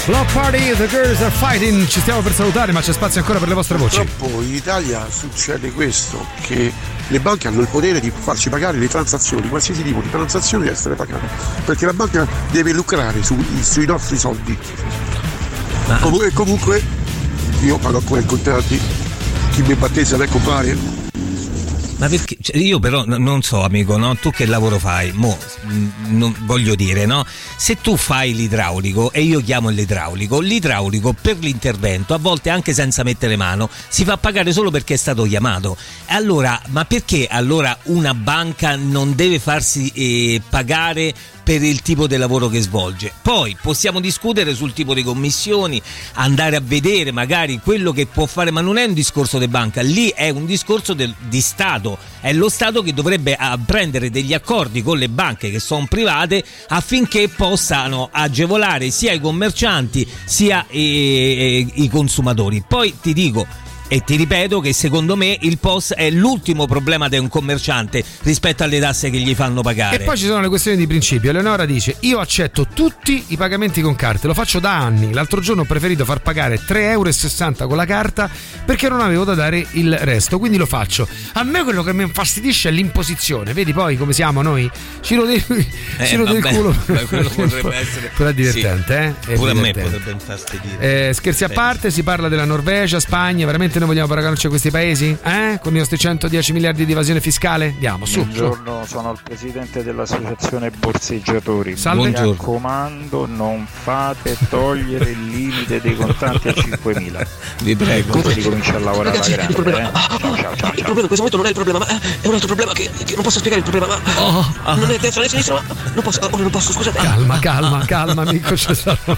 Block Party, The Girls Are Fighting. Ci stiamo per salutare, ma c'è spazio ancora per le vostre voci. Purtroppo in Italia succede questo, che le banche hanno il potere di farci pagare le transazioni, qualsiasi tipo di transazione deve essere pagata, perché la banca deve lucrare sui nostri soldi. Comunque io pago ancora in contanti, chi mi battezza per comprare. Ma perché? Cioè, io però non so, amico, no? Tu che lavoro fai? Non voglio dire, no? Se tu fai l'idraulico e io chiamo l'idraulico per l'intervento, a volte anche senza mettere mano, si fa pagare solo perché è stato chiamato. Allora, ma perché allora una banca non deve farsi pagare per il tipo di lavoro che svolge? Poi possiamo discutere sul tipo di commissioni, andare a vedere magari quello che può fare, ma non è un discorso di banca, lì è un discorso di Stato. È lo Stato che dovrebbe prendere degli accordi con le banche che sono private affinché possano agevolare sia i commercianti sia i consumatori. Poi ti dico e ti ripeto che secondo me il POS è l'ultimo problema di un commerciante rispetto alle tasse che gli fanno pagare. E poi ci sono le questioni di principio. Eleonora dice: io accetto tutti i pagamenti con carte, lo faccio da anni. L'altro giorno ho preferito far pagare 3,60 € con la carta perché non avevo da dare il resto, quindi lo faccio. A me quello che mi infastidisce è l'imposizione. Vedi poi come siamo noi? Ci rode il culo. Quello potrebbe essere. Però è divertente, sì. Pure a me potrebbe infastidire. Scherzi a parte, si parla della Norvegia, Spagna. Veramente noi vogliamo paragonarci a questi paesi? Con i nostri 110 miliardi di evasione fiscale? Andiamo, su. Buongiorno, sono il presidente dell'associazione borseggiatori. Salve. Mi raccomando, non fate togliere il limite dei contanti a 5.000. Vi prego. Come ricomincia a lavorare alla grande. Ciao. Il problema in questo momento non è il problema, ma è un altro problema che non posso spiegare il problema. Ma non è destra né sinistra, ma non posso, scusate. Calma, amico, c'è stato.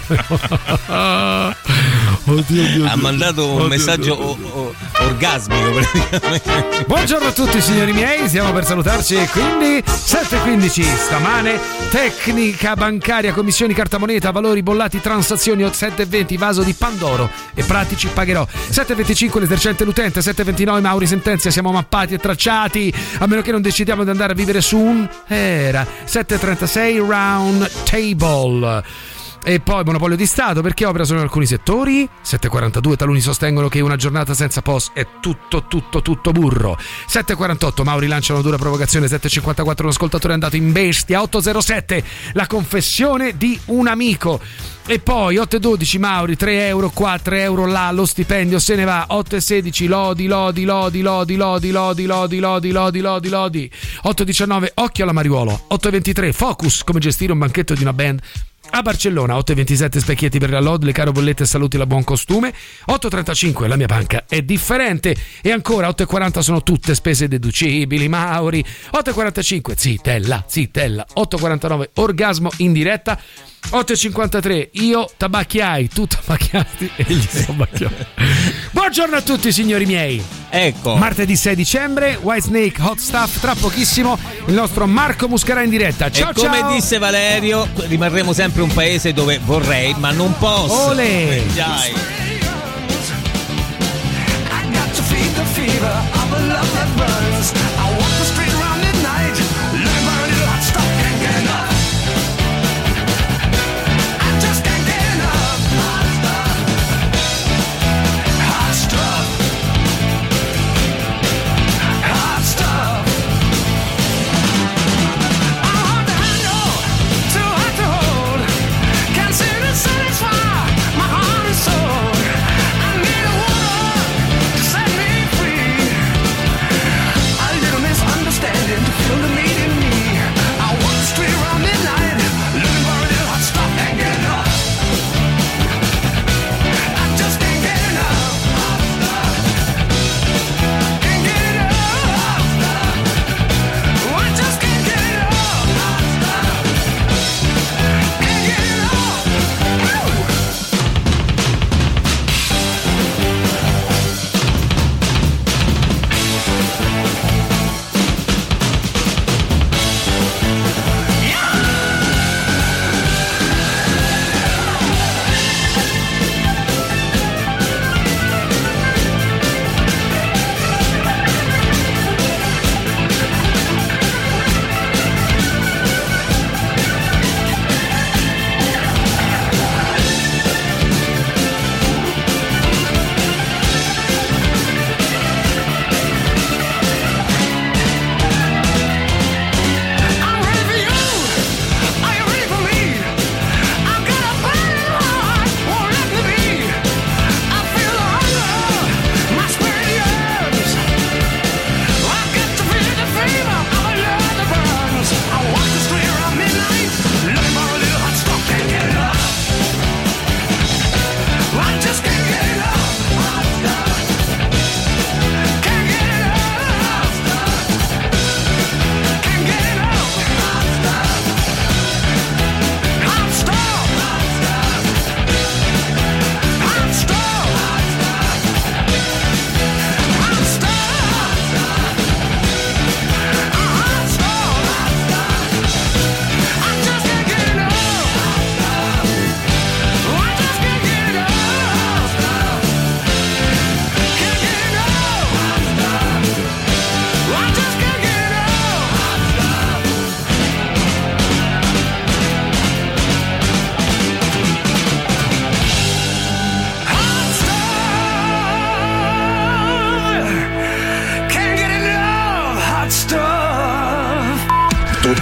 Oddio. Ha mandato un messaggio orgasmico praticamente. Buongiorno a tutti signori miei, stiamo per salutarci e quindi 7:15 stamane, tecnica bancaria, commissioni, cartamoneta, valori bollati, transazioni, 7:20 vaso di Pandoro e pratici pagherò. 7:25 l'esercente l'utente, 7:29 Mauri sentenzia, siamo mappati e tracciati a meno che non decidiamo di andare a vivere su un 7:36 round table. E poi monopolio di Stato perché opera solo in alcuni settori. 7:42 taluni sostengono che una giornata senza POS è tutto burro. 7:48 Mauri lancia una dura provocazione. 7:54 un ascoltatore è andato in bestia. 8:07 la confessione di un amico. E poi 8:12 Mauri, 3 euro qua, 3 euro là, lo stipendio se ne va. 8:16 lodi. 8:19 occhio alla mariuolo. 8:23 focus, come gestire un banchetto di una band a Barcellona. 8:27 specchietti per la LOD, le caro bollette e saluti la buon costume. 8:35 la mia banca è differente. E ancora 8:40 sono tutte spese deducibili Mauri. 8:45 zittella. 8:49 orgasmo in diretta. 8:53 io tabacchiai, tu tabacchiati e gli tabacchiai. Buongiorno a tutti signori miei. Ecco, martedì 6 dicembre Whitesnake Hot Stuff, tra pochissimo il nostro Marco Muscarà in diretta. Ciao, e come disse Valerio, rimarremo sempre un paese dove vorrei ma non posso. Olè. Dai. Miss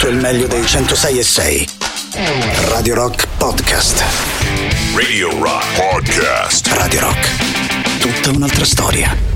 tutto il meglio dei 106.6. Radio Rock Podcast. Radio Rock Podcast. Radio Rock. Tutta un'altra storia.